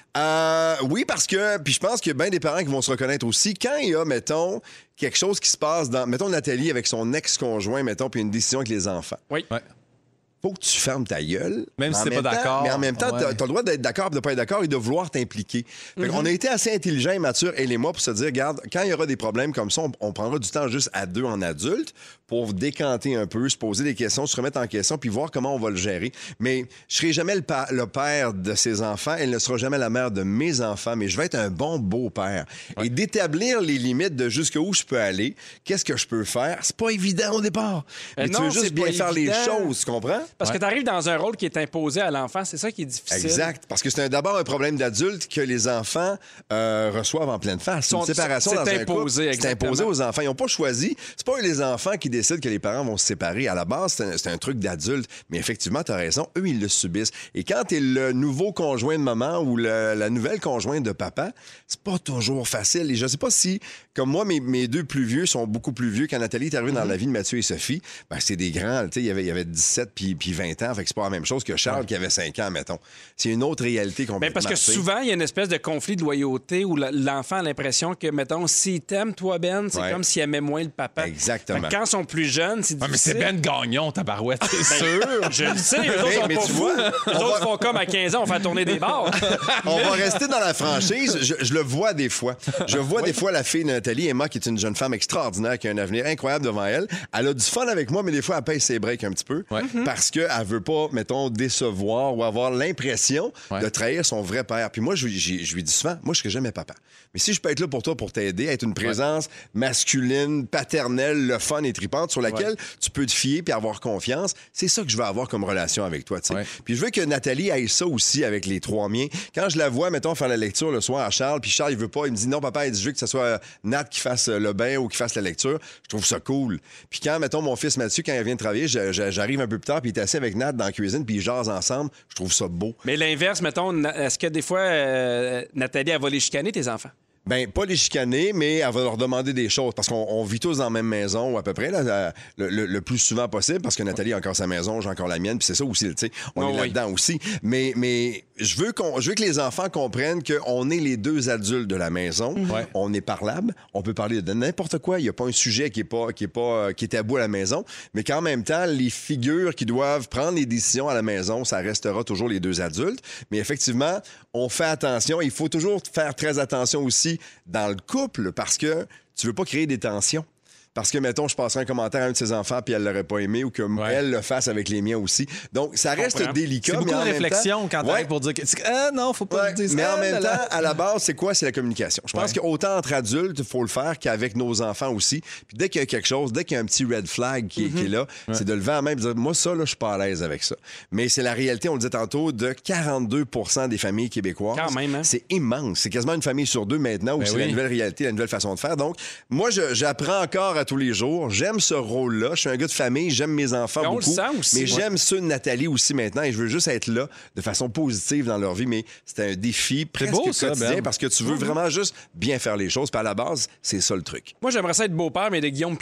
Euh, oui, parce que, puis je pense qu'il y a bien des parents qui vont se reconnaître aussi. Quand il y a, mettons, quelque chose qui se passe dans, mettons, Nathalie avec son ex-conjoint, mettons, puis une décision avec les enfants. Oui. Ouais. Faut que tu fermes ta gueule. Même si En t'es même pas temps- d'accord. Mais en même temps, Ouais. t'as as le droit d'être d'accord et de pas être d'accord et de vouloir t'impliquer. Fait qu'on a été assez intelligents et matures, elle et moi, pour se dire, regarde, quand il y aura des problèmes comme ça, on, on prendra du temps juste à deux en adulte pour décanter un peu, se poser des questions, se remettre en question, puis voir comment on va le gérer. Mais je serai jamais le, pa- le père de ses enfants, elle ne sera jamais la mère de mes enfants, mais je vais être un bon beau-père. Et d'établir les limites de jusqu'où je peux aller, qu'est-ce que je peux faire, c'est pas évident au départ. Euh, Mais non, tu veux c'est juste bien pas faire évident. les choses, tu comprends? Parce que t'arrives dans un rôle qui est imposé à l'enfant, c'est ça qui est difficile. Exact. Parce que c'est un- d'abord un problème d'adulte que les enfants euh, reçoivent en pleine face. C'est une Sont- séparation c'est dans un imposé, couple. C'est exactement. imposé aux enfants. Ils n'ont pas choisi. C'est pas eux, les enfants, qui décident que les parents vont se séparer. À la base, c'est un, c'est un truc d'adulte. Mais effectivement, tu as raison. Eux, ils le subissent. Et quand tu es le nouveau conjoint de maman ou le- la nouvelle conjointe de papa, c'est pas toujours facile. Et je sais pas si, comme moi, mes, mes deux plus vieux sont beaucoup plus vieux. Quand Nathalie est arrivée dans la vie de Mathieu et Sophie, ben, c'est des grands. Tu sais, il y avait, il y avait dix-sept puis, puis vingt ans. Fait que c'est pas la même chose que Charles qui avait cinq ans, mettons. C'est une autre réalité complètement. Ben parce que marquée. souvent, il y a une espèce de conflit de loyauté où la- l'enfant a l'impression que, mettons, s'il t'aime, toi, Ben, c'est Ouais. comme s'il aimait moins le papa. Exactement. Fait que quand ils sont plus jeunes, c'est Ah, mais c'est difficile. Ben Gagnon, tabarouette, c'est sûr. Je le sais, eux autres Mais- sont mais pas tu fous. vois, Eux on autres va- font comme à quinze ans, on fait tourner des bars. On va rester dans la franchise. Je, je le vois des fois. Je vois des fois la fille de Nathalie, Emma, qui est une jeune femme extraordinaire, qui a un avenir incroyable devant elle. Elle a du fun avec moi, mais des fois, elle pèse ses breaks un petit peu parce qu'elle veut pas, mettons, décevoir ou avoir l'impression Ouais. de trahir son vrai père. Puis moi, je, lui- j'ai- je lui dis souvent, moi, je serai jamais papa. Mais si je peux être là pour toi, pour t'aider, être une présence masculine, paternelle, le fun et tripante sur laquelle tu peux te fier puis avoir confiance, c'est ça que je veux avoir comme relation avec toi, tu sais. Ouais. Puis je veux que Nathalie aille ça aussi avec les trois miens. Quand je la vois, mettons, faire la lecture le soir à Charles, puis Charles, il veut pas, il me dit non, papa, il dit, je veux que ce soit euh, Nat qui fasse euh, le bain ou qui fasse la lecture. Je trouve ça cool. Puis quand, mettons, mon fils Mathieu, quand il vient de travailler, je- je- j'arrive un peu plus tard, puis il est assis avec Nat dans la cuisine, puis ils jasent ensemble. Je trouve ça beau. Mais l'inverse, mettons, na- est-ce que des fois, euh, Nathalie, elle va les chicaner, tes enfants? Ben, pas les chicaner, mais elle va leur demander des choses. Parce qu'on on vit tous dans la même maison, ou à peu près, là, euh, le, le- le plus souvent possible, parce que Nathalie a encore sa maison, j'ai encore la mienne, puis c'est ça aussi, tu sais. On Oh, est oui. là-dedans aussi. Mais, mais je veux qu'on, je veux que les enfants comprennent qu'on est les deux adultes de la maison. Ouais. On est parlable. On peut parler de n'importe quoi. Il n'y a pas un sujet qui est pas, qui est pas, euh, qui est tabou à la maison. Mais qu'en même temps, les figures qui doivent prendre les décisions à la maison, ça restera toujours les deux adultes. Mais effectivement, on fait attention. Il faut toujours faire très attention aussi dans le couple parce que tu veux pas créer des tensions. Parce que, mettons, je passerai un commentaire à un de ses enfants puis elle l'aurait pas aimé ou que Ouais. elle le fasse avec les miens aussi. Donc, ça reste comprends. délicat. C'est beaucoup mais de en même réflexion temps- quand Ouais. t'arrives pour dire que. Ah non, faut pas Ouais, le dire ça. mais en Ah, même là, temps, là. à la base, c'est quoi? C'est la communication. Je pense Ouais. qu'autant entre adultes, il faut le faire qu'avec nos enfants aussi. Puis dès qu'il y a quelque chose, dès qu'il y a un petit red flag qui, qui est là, c'est de lever la main et de dire, moi, ça, là, je suis pas à l'aise avec ça. Mais c'est la réalité, on le disait tantôt, de quarante-deux pour cent des familles québécoises. Quand même, hein? C'est immense. C'est quasiment une famille sur deux maintenant où Ben c'est oui. la nouvelle réalité, la nouvelle façon de faire. Donc, moi, je- j'apprends encore à tous les jours. J'aime ce rôle-là. Je suis un gars de famille. J'aime mes enfants Mais on le beaucoup. sent aussi, mais ouais. j'aime ceux de Nathalie aussi maintenant et je veux juste être là de façon positive dans leur vie. Mais c'est un défi presque beau, ça, quotidien Ben. parce que tu veux vraiment juste bien faire les choses. Puis à la base, c'est ça le truc. Moi, j'aimerais ça être beau-père, mais de Guillaume Pinot.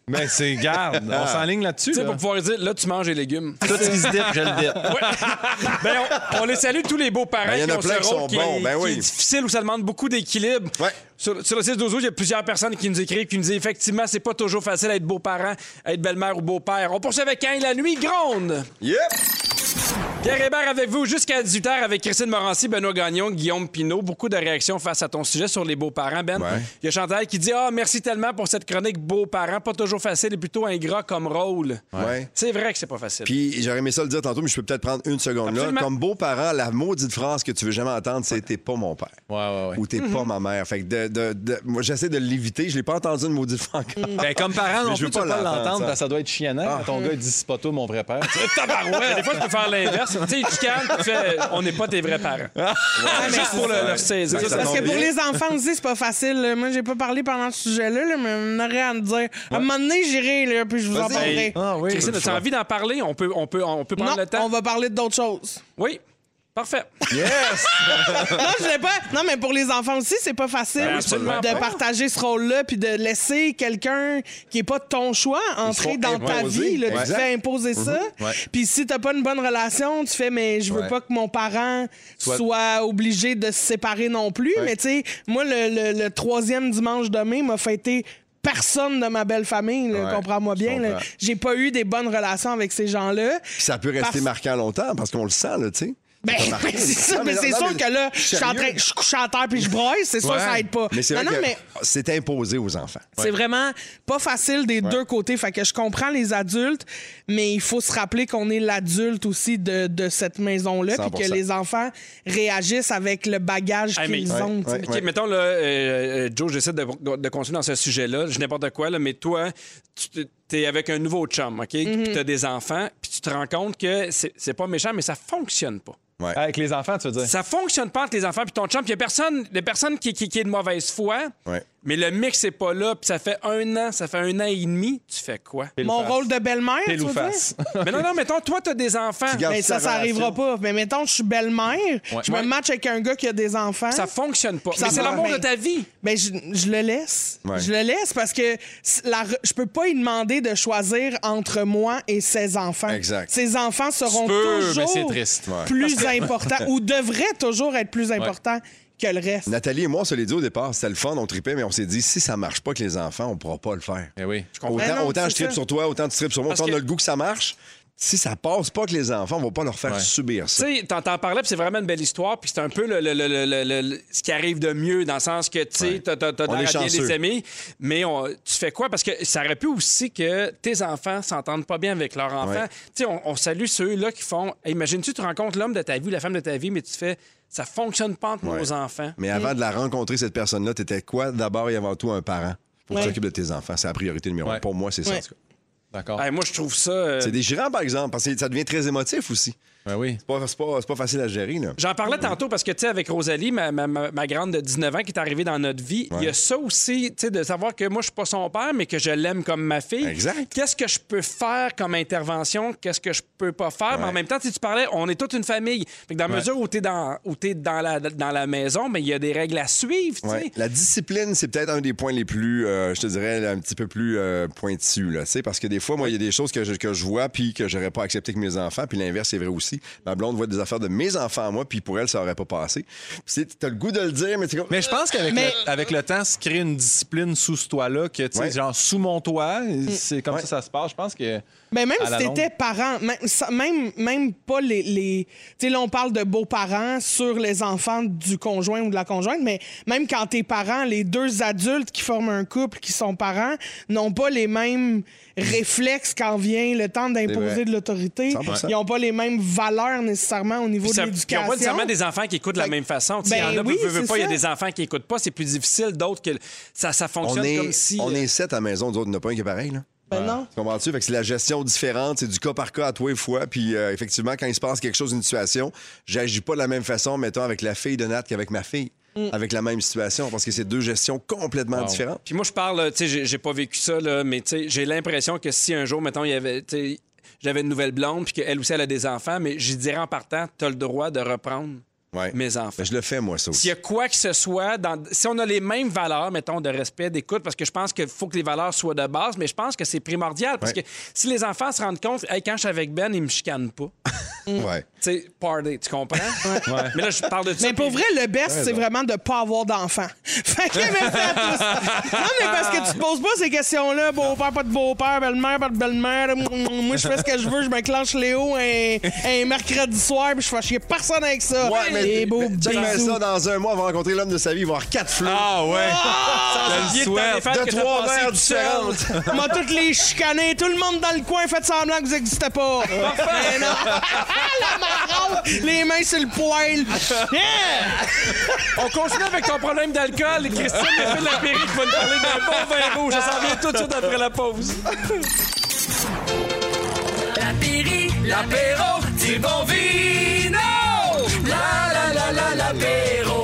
Mais c'est garde, on s'enligne là-dessus. Tu sais, Là. pour pouvoir dire, là, tu manges les légumes. Tout ce qui se dip, je le dip. Ben, on, on les salue tous les beaux-parents Ben, y en qui a ont plein ce qui rôle sont qui, bons, est, ben qui oui. est difficile, où ça demande beaucoup d'équilibre. Ouais. Sur, sur le six douze, il y a plusieurs personnes qui nous écrivent, qui nous disent effectivement, c'est pas toujours facile d'être beau-parent, être belle-mère ou beau-père. On poursuit avec Quand la nuit gronde. Yep! Pierre Hébert avec vous jusqu'à dix-huit heures avec Christine Morancy, Benoît Gagnon, Guillaume Pinot. Beaucoup de réactions face à ton sujet sur les beaux-parents, Ben. Ouais. Il y a Chantal qui dit « Ah, merci tellement pour cette chronique beaux-parents. Pas toujours facile et plutôt ingrat comme rôle. Ouais. » C'est vrai que c'est pas facile. Puis j'aurais aimé ça le dire tantôt, mais je peux peut-être prendre une seconde Absolument. là. Comme beau-parent, la maudite phrase que tu veux jamais entendre, c'est « t'es pas mon père Ouais, ouais, ouais. ». Ou « t'es Mm-hmm. pas ma mère ». Fait que de, de, de- moi, j'essaie de l'éviter. Je l'ai pas entendu une maudite fois encore. Ben, comme parent, non Mais je plus, veux tu peux pas pas l'entendre, l'entendre, ça. parce que ça doit être chiannant quand ton gars dit c'est pas toi mon vrai père. Tabarouette! Des fois, tu peux faire l'inverse. Tu sais, tu calmes, tu fais « On n'est pas tes vrais parents. Juste pour le, le saisir. Ouais, ça Parce que tombe pour bien. les enfants aussi, c'est pas facile. là. Moi, j'ai pas parlé pendant ce sujet-là, là, mais on aurait à me dire. À un moment donné, j'irai, là, puis je vous en Vas-y. parlerai. Ah oui. Christine, as-tu envie d'en parler? On peut, on peut, on peut prendre Non, le temps? on va parler d'autres choses. Oui. Parfait. Yes! non, je l'ai pas. Non, mais pour les enfants aussi, c'est pas facile Ben, absolument de pas. partager ce rôle-là puis de laisser quelqu'un qui est pas de ton choix entrer font dans ta imposer. vie. Là, tu te Exact. fais imposer ça. Ouais. Puis si t'as pas une bonne relation, tu fais, mais je veux Ouais. pas que mon parent Soit- soit, obligé de se séparer non plus. Mais tu sais, moi, le, le- le troisième dimanche de mai m'a fêté personne de ma belle famille, là, Ouais, comprends-moi je bien. là. comprends. J'ai pas eu des bonnes relations avec ces gens-là. Puis ça peut rester Parce- marquant longtemps parce qu'on le sent, là, tu sais. Ben, Ça t'a marqué. c'est ça, Non, mais, non, c'est non, sûr mais que là, je suis en sérieux. train, je suis couché à terre puis je broye, c'est sûr que ça aide pas. Mais c'est non, vrai non, que mais c'est imposé aux enfants. c'est vraiment pas facile des deux côtés. Fait que je comprends les adultes, mais il faut se rappeler qu'on est l'adulte aussi de, de cette maison-là, puis cent pour que cent. les enfants réagissent avec le bagage Ah, mais- qu'ils Ouais, ont. tu sais. ouais. OK, mettons, là, euh, euh, Joe, j'essaie de, de continuer dans ce sujet-là. Je n'importe quoi, là, mais toi, tu es avec un nouveau chum, OK? Puis tu as des enfants, puis tu te rends compte que c'est c'est pas méchant, mais ça fonctionne pas. Ouais. Avec les enfants, tu veux dire? Ça fonctionne pas entre les enfants puis ton chum. Puis il y a personne, il y a personne qui, qui, qui est de mauvaise foi, Ouais. mais le mix n'est pas là. Puis ça fait un an, ça fait un an et demi. Tu fais quoi? Mon rôle de belle-mère, tu Pile ou veux dire? face. mais non, non, mettons, toi, t'as des enfants. Tu gardes Mais ça, ta ça arrivera relation. pas. Mais mettons, je suis belle-mère, je me Ouais. match avec un gars qui a des enfants. Ça fonctionne pas. Ça mais c'est va, l'amour mais- de ta vie. Ben, je, je le laisse. Ouais. Je le laisse parce que c- la re- je peux pas lui demander de choisir entre moi et ses enfants. Exact. Ses enfants seront peux, mais toujours c'est triste. Ouais. plus importants ou devraient toujours être plus importants que le reste. Nathalie et moi, on se l'est dit au départ, c'était le fun, on tripait, mais on s'est dit, si ça marche pas avec les enfants, on pourra pas le faire. Eh oui. Autant, Ben non, autant c'est je tripe ça. sur toi, autant tu tripes sur moi, Parce autant on que- a le goût que ça marche. Si ça passe pas avec les enfants, on va pas leur faire Ouais. subir ça. Tu sais, t'en t'en parlais, puis c'est vraiment une belle histoire, puis c'est un peu le, le- le- le- le- le- ce qui arrive de mieux, dans le sens que, tu sais, Ouais. t'as t'as- t'as On l'air est à bien chanceux. les aimer, mais on- tu fais quoi? Parce que ça aurait pu aussi que tes enfants s'entendent pas bien avec leurs enfants. Ouais. Tu sais, on, on salue ceux-là qui font... Hey, imagine-tu, tu rencontres l'homme de ta vie, la femme de ta vie, mais tu fais... Ça fonctionne pas entre Ouais. nos enfants. Mais avant de la rencontrer, cette personne-là, t'étais quoi? D'abord et avant tout, un parent. Faut que Ouais. tu t'occupes de tes enfants. C'est la priorité numéro un. Ouais. Pour moi, c'est ça. Ouais. en tout cas. D'accord. Hey, moi, je trouve ça... euh, C'est déchirant, par exemple, parce que ça devient très émotif aussi. Ben oui. C'est pas, c'est pas, c'est pas facile à gérer, là. J'en parlais tantôt parce que, tu sais, avec Rosalie, ma, ma- ma- ma grande de dix-neuf ans qui est arrivée dans notre vie, il y a ça aussi, tu sais, de savoir que moi, je suis pas son père, mais que je l'aime comme ma fille. Exact. Qu'est-ce que je peux faire comme intervention? Qu'est-ce que je peux pas faire? Mais en Ouais. même temps, tu sais, tu parlais, on est toute une famille. Fait que dans la mesure où tu es dans, où t'es dans, la, dans la maison, mais il y a des règles à suivre, tu sais. Ouais. La discipline, c'est peut-être un des points les plus, euh, je te dirais, un petit peu plus euh, pointus, là, tu sais, parce que des fois, moi, il y a des choses que je, que je vois puis que j'aurais pas accepté avec mes enfants, puis l'inverse, c'est vrai aussi. Ma blonde voit des affaires de mes enfants à moi, puis pour elle, ça aurait pas passé. Puis c'est- t'as le goût de le dire, mais tu comme... Mais je pense qu'avec Mais- le, avec le temps, se crée une discipline sous ce toit-là, que, tu sais, Ouais. genre sous mon toit, c'est comme Ouais. ça ça se passe. Je pense que. Ben même À si la t'étais longue. parent, même, ça- même, même pas les... les tu sais, là, on parle de beaux-parents sur les enfants du conjoint ou de la conjointe, mais même quand t'es parent, les deux adultes qui forment un couple, qui sont parents, n'ont pas les mêmes réflexes quand vient le temps vrai. d'imposer de l'autorité. cent pour cent. Ils n'ont pas les mêmes valeurs nécessairement au niveau Puis de ça- puis ils l'éducation. n'ont pas nécessairement des enfants qui écoutent de la Fait- même façon. Tu sais, Ben il y en a, oui, veux, veux c'est pas, il y a ça. des enfants qui écoutent pas, c'est plus difficile. D'autres, que ça, ça On fonctionne est, comme si... on euh, est sept à la maison, nous autres, il n'y en a pas un qui est pareil, là. Ben non. Tu comprends-tu? Fait que c'est la gestion différente, c'est du cas par cas à toi et fois. Puis euh, effectivement, quand il se passe quelque chose, une situation, j'agis pas de la même façon, mettons, avec la fille de Nat qu'avec ma fille. Avec la même situation, parce que c'est deux gestions complètement différentes. Puis moi, je parle, tu sais, j'ai- j'ai pas vécu ça, là, mais tu sais, j'ai l'impression que si un jour, mettons, il y avait, tu sais, j'avais une nouvelle blonde, puis qu'elle aussi, elle a des enfants, mais j'y dirais en partant, t'as le droit de reprendre Ouais. mes enfants. Ben, je le fais, moi, ça aussi. S'il y a quoi que ce soit, dans... si on a les mêmes valeurs, mettons, de respect, d'écoute, parce que je pense qu'il faut que les valeurs soient de base, mais je pense que c'est primordial. Parce Ouais. que si les enfants se rendent compte, hey, quand je suis avec Ben, il me chicane pas. Ouais. Tu sais, party, tu comprends? Ouais. Mais là, je parle de ça. Mais pour puis- vrai, le best, c'est vraiment de pas avoir d'enfants. Fait que merci à tous. Non, mais parce que tu te poses pas ces questions-là. Beau-père, pas de beau-père, belle-mère, pas de belle-mère. Moi, je fais ce que je veux. Je me clenche Léo un, un mercredi soir puis je fais chier personne avec ça. Ouais, mais Les beaux check bien bisous. ça, dans un mois, on va rencontrer l'homme de sa vie, il va avoir quatre flots. Ah ouais! Sans oublier de faire les fêtes de que t'as trois passées mères tout seul. différentes. M'a toutes les chicaner. Tout le monde dans le coin fait semblant que vous n'existez pas. Mais non. La maraude, les mains sur le poil. Yeah! On continue avec ton problème d'alcool. Christine de la Péri qui va nous parler d'un bon vin rouge. Ça s'en vient tout de suite après la pause. La Péri, l'apéro, du bon vino. La la la la l'apéro.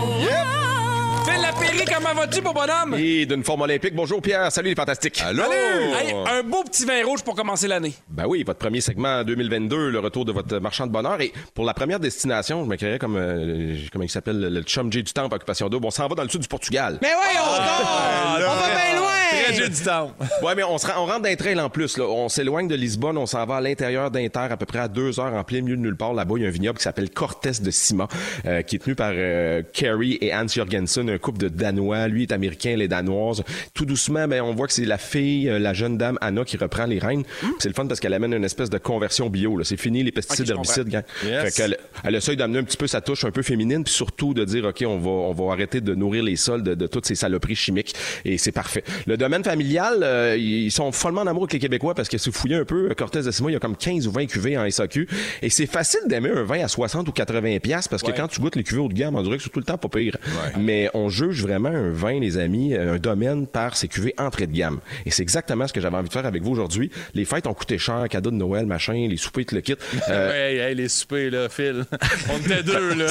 Phil Lapéry, comment vas-tu, beau bonhomme? Et d'une forme olympique. Bonjour Pierre, salut les fantastiques. Allô? Hey, un beau petit vin rouge pour commencer l'année. Ben oui, votre premier segment en deux mille vingt-deux, le retour de votre marchand de bonheur. Et pour la première destination, je m'écrirais comme, euh, comment il s'appelle, le chum J du Temple, Occupation double. On s'en va dans le sud du Portugal. Mais ouais, on dort! On va bien loin! Très J du temps. Ouais, mais on, se rend, on rentre d'un trail en plus. Là. On s'éloigne de Lisbonne, on s'en va à l'intérieur d'Inter, à peu près à deux heures en plein milieu de nulle part. Là-bas, il y a un vignoble qui s'appelle Cortés de Sima, euh, qui est tenu par euh, Carrie et Hans Jorgensen, un couple de Danois. Lui est américain, elle est danoise. Tout doucement, ben, on voit que c'est la fille, euh, la jeune dame Anna, qui reprend les rênes. Mm. C'est le fun parce qu'elle amène une espèce de conversion bio. Là. C'est fini les pesticides, okay, herbicides. Gang. Yes. Fait qu'elle elle essaye d'amener un petit peu sa touche un peu féminine, puis surtout de dire, OK, on va, on va arrêter de nourrir les sols de, de toutes ces saloperies chimiques. Et c'est parfait. Le domaine familial, euh, ils sont follement en amour avec les Québécois parce que si vous fouillez un peu, Cortés de Sima, il y a comme quinze ou vingt cuvées en S A Q. Et c'est facile d'aimer un vin à soixante ou quatre-vingts piastres parce que ouais. quand tu goûtes les cuvées haut de gamme, on dirait que c'est tout le temps pas pire. Ouais. Mais on juge vraiment un vin, les amis, un domaine par ses cuvées entrée de gamme. Et c'est exactement ce que j'avais envie de faire avec vous aujourd'hui. Les fêtes ont coûté cher, cadeaux de Noël, machin, les soupers, tout le kit. Euh... hey, hey, les soupers, là, Phil. On était deux, là.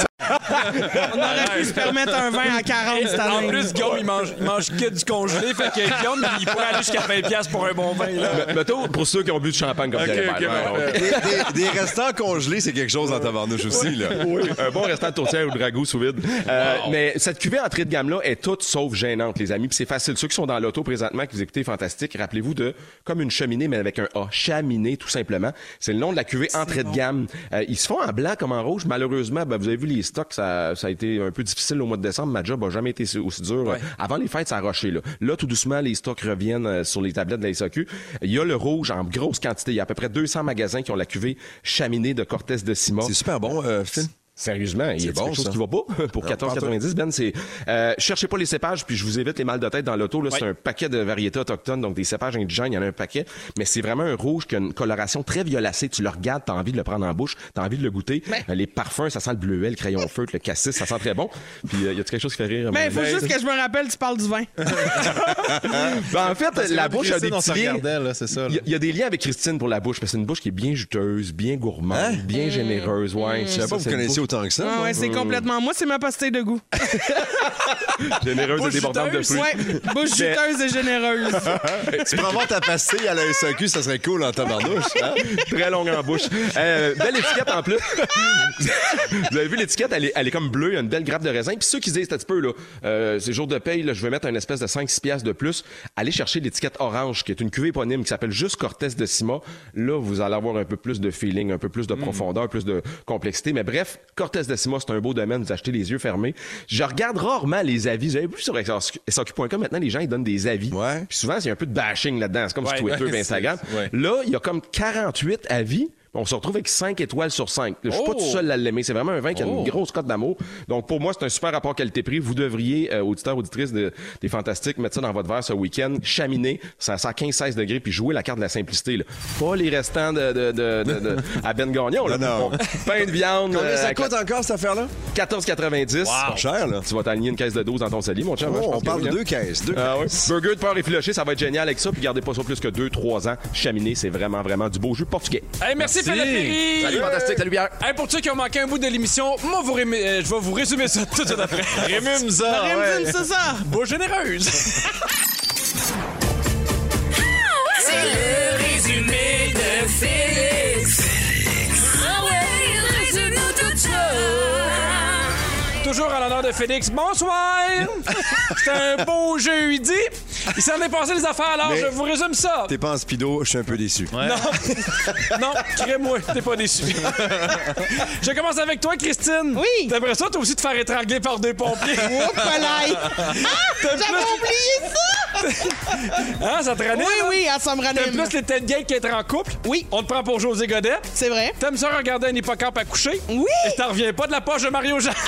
On aurait pu se permettre un vin à quarante cette année. En plus, Guillaume, il mange, il mange que du congelé. Fait que Guillaume, il pourrait aller jusqu'à vingt piastres pour un bon vin. Là. Mettons, pour ceux qui ont bu du champagne comme okay, Pierre okay, ouais, okay. Des, des, des restants congelés, c'est quelque chose en tabarnouche aussi. Là. Oui, un bon restant de tourtière ou de ragoût sous vide. Euh, wow. Mais cette cuvée entrée de gamme-là est toute sauf gênante, les amis. Puis c'est facile. Ceux qui sont dans l'auto présentement, qui vous écoutez Fantastique, rappelez-vous de comme une cheminée, mais avec un A. Cheminée, tout simplement. C'est le nom de la cuvée entrée bon. de gamme. Euh, ils se font en blanc comme en rouge. Malheureusement, ben, vous avez vu les stocks, ça, ça a été un peu difficile au mois de décembre. Ma job n'a jamais été aussi dur. Ouais. Avant les fêtes, ça a rushé. Là. là, tout doucement, les stocks reviennent euh, sur les tablettes de la S A Q. Il y a le rouge en grosse quantité. Il y a à peu près deux cents magasins qui ont la cuvée cheminée de Cortés de Sima. C'est super bon, euh, Phil. Sérieusement, il y a bon, quelque chose ça. qui va pas pour quatorze quatre-vingt-dix. Ben, c'est euh, cherchez pas les cépages, puis je vous évite les mal de tête dans l'auto. Là, ouais. C'est un paquet de variétés autochtones, donc des cépages indigènes, il y en a un paquet. Mais c'est vraiment un rouge qui a une coloration très violacée. Tu le regardes, t'as envie de le prendre en bouche, t'as envie de le goûter. Ben. Euh, les parfums, ça sent le bleuet, le crayon feutre, le cassis, ça sent très bon. Puis euh, y a quelque chose qui fait rire. Mais il faut juste que je me rappelle, tu parles du vin. ben, en fait, parce la bouche a des petits liens. Il y, y a des liens avec Christine pour la bouche, parce que c'est une bouche qui est bien juteuse, bien gourmande, hein? bien mmh. généreuse. Ouais, je savais pas que vous connaissiez autant que ça. Ah, ouais, c'est complètement. Moi, c'est ma pastille de goût. Généreuse et débordante de fruits. Ouais, bouche juteuse et généreuse. Tu prends voir ta pastille à la S A Q, ça serait cool en tabarnouche. Hein? Très longue en bouche. Euh, belle étiquette en plus. Vous avez vu l'étiquette, elle est, elle est comme bleue, il y a une belle grappe de raisin. Puis ceux qui disent, un petit peu, là, euh, c'est jour de paye, là, je vais mettre une espèce de cinq six piastres de plus. Allez chercher l'étiquette orange, qui est une cuvée éponyme qui s'appelle juste Cortés de Sima. Là, vous allez avoir un peu plus de feeling, un peu plus de mm. profondeur, plus de complexité. Mais bref, Cortés de Sima, c'est un beau domaine, vous achetez les yeux fermés. Je regarde rarement les avis. Vous avez vu sur S A Q point com, maintenant, les gens, ils donnent des avis. Ouais. Puis souvent, il y a un peu de bashing là-dedans. C'est comme ouais, sur Twitter et ouais, Instagram. Ouais. Là, il y a comme quarante-huit avis. On se retrouve avec cinq étoiles sur cinq. Je suis oh. pas tout seul à l'aimer. C'est vraiment un vin qui a une oh. grosse cote d'amour. Donc, pour moi, c'est un super rapport qualité-prix. Vous devriez, euh, auditeurs, auditrices de, des Fantastiques, mettre ça dans votre verre ce week-end, chaminer, ça sert quinze seize degrés, puis jouer la carte de la simplicité. Là. Pas les restants de, de, de, de, de à Ben Gagnon. Là. Non, non. Pain de viande. Combien ça coûte la... encore, cette affaire-là? quatorze quatre-vingt-dix. Wow. C'est pas cher, là. Tu vas t'aligner une caisse de douze dans ton sali, mon chum. Oh, hein, on parle de deux caisses. Deux ah, caisses. Ouais. Burger de porc effiloché, ça va être génial avec ça. Puis gardez pas ça plus que deux trois ans. Chaminé, c'est vraiment, vraiment du beau jus portugais. Hey, merci, merci. Philippe. Salut, Fantastique, salut Pierre. Hey, pour ceux qui ont manqué un bout de l'émission, moi, vous rémi- euh, je vais vous résumer ça tout de suite après. Résume ça. Résume ça, ça. Bouche généreuse. C'est le résumé de Félix. Félix. Ah ouais, résume-nous tout ça. toujours en l'honneur de Félix. Bonsoir! C'était un beau jeudi. Il s'en est passé les affaires, alors Mais je vous résume ça. T'es pas en speedo, je suis un peu déçu. Non, non, crée-moi, t'es pas déçu. Je commence avec toi, Christine. Oui. T'aimerais ça, toi aussi, te faire étrangler par deux pompiers? Oh, palais! Ah, j'avais oublié ça! Hein, ça te ranime? Oui, oui, ah, ça me ranime. T'aimes plus les têtes gays qu'être en couple? Oui. On te prend pour José Godet? C'est vrai. T'aimes ça regarder un hippocampe à coucher? Oui. Et t'en reviens pas de la poche de Mario Jean?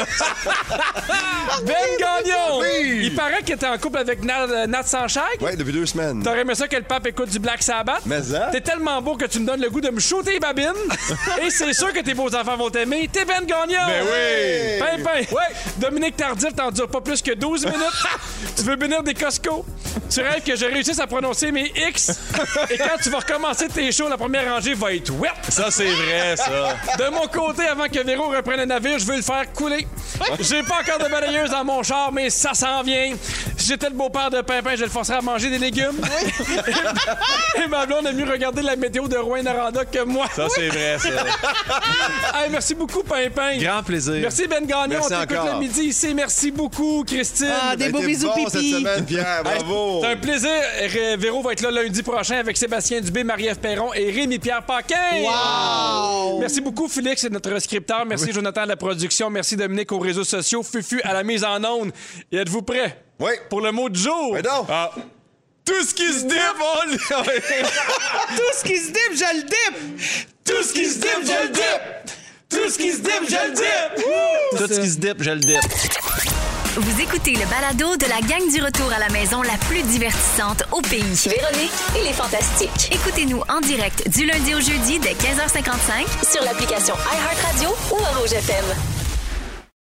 Ben Gagnon! Oui. Il paraît qu'il était en couple avec Nat, Nat Sanchak. Ouais, depuis deux semaines. T'aurais aimé ça que le pape écoute du Black Sabbath? Mais ça? T'es tellement beau que tu me donnes le goût de me shooter les babines. Et c'est sûr que tes beaux-enfants vont t'aimer. T'es Ben Gagnon! Ben oui! Pimpin! Ouais! Dominique Tardif, t'en dures pas plus que douze minutes. Tu veux bénir des Costco? Tu rêves que je réussisse à prononcer mes X? Et quand tu vas recommencer tes shows, la première rangée va être wet. Ça, c'est vrai, ça. De mon côté, avant que Véro reprenne le navire, je veux le faire couler. J'ai pas encore de balayeuse dans mon char, mais ça s'en vient. Si j'étais le beau-père de Pimpin, je le forcerais à manger des légumes. Et ma blonde a mieux regarder la météo de Rouen-Noranda que moi. Ça, c'est vrai, ça. Hey, merci beaucoup, Pimpin. Grand plaisir. Merci, Ben Gagnon. Merci On t'écoute encore. le midi ici. Merci beaucoup, Christine. Ah, des Ça a beaux été bisous bon cette pipi. semaine, Pierre. Bravo. C'est un plaisir. Ré- Véro va être là lundi prochain avec Sébastien Dubé, Marie-Ève Perron et Rémi-Pierre Paquin. Wow! Merci beaucoup, Félix, notre scripteur. Merci, Jonathan, à la production. Merci, Dominique, aux réseaux sociaux. Fufu à la mise en onde. Et êtes-vous prêts? Oui. Pour le mot du jour? Mais non. Ah. Tout ce qui se dip, on le- Tout ce qui se dip, je le dip! Tout ce qui se dip, je le dip! Tout ce qui se dip, je le dip! Tout ce qui se dip, je le dip. Vous écoutez le balado de la gang du retour à la maison la plus divertissante au pays. Véronique et les Fantastiques. Écoutez-nous en direct du lundi au jeudi dès quinze heures cinquante-cinq Sur l'application iHeartRadio ou à Rouge F M.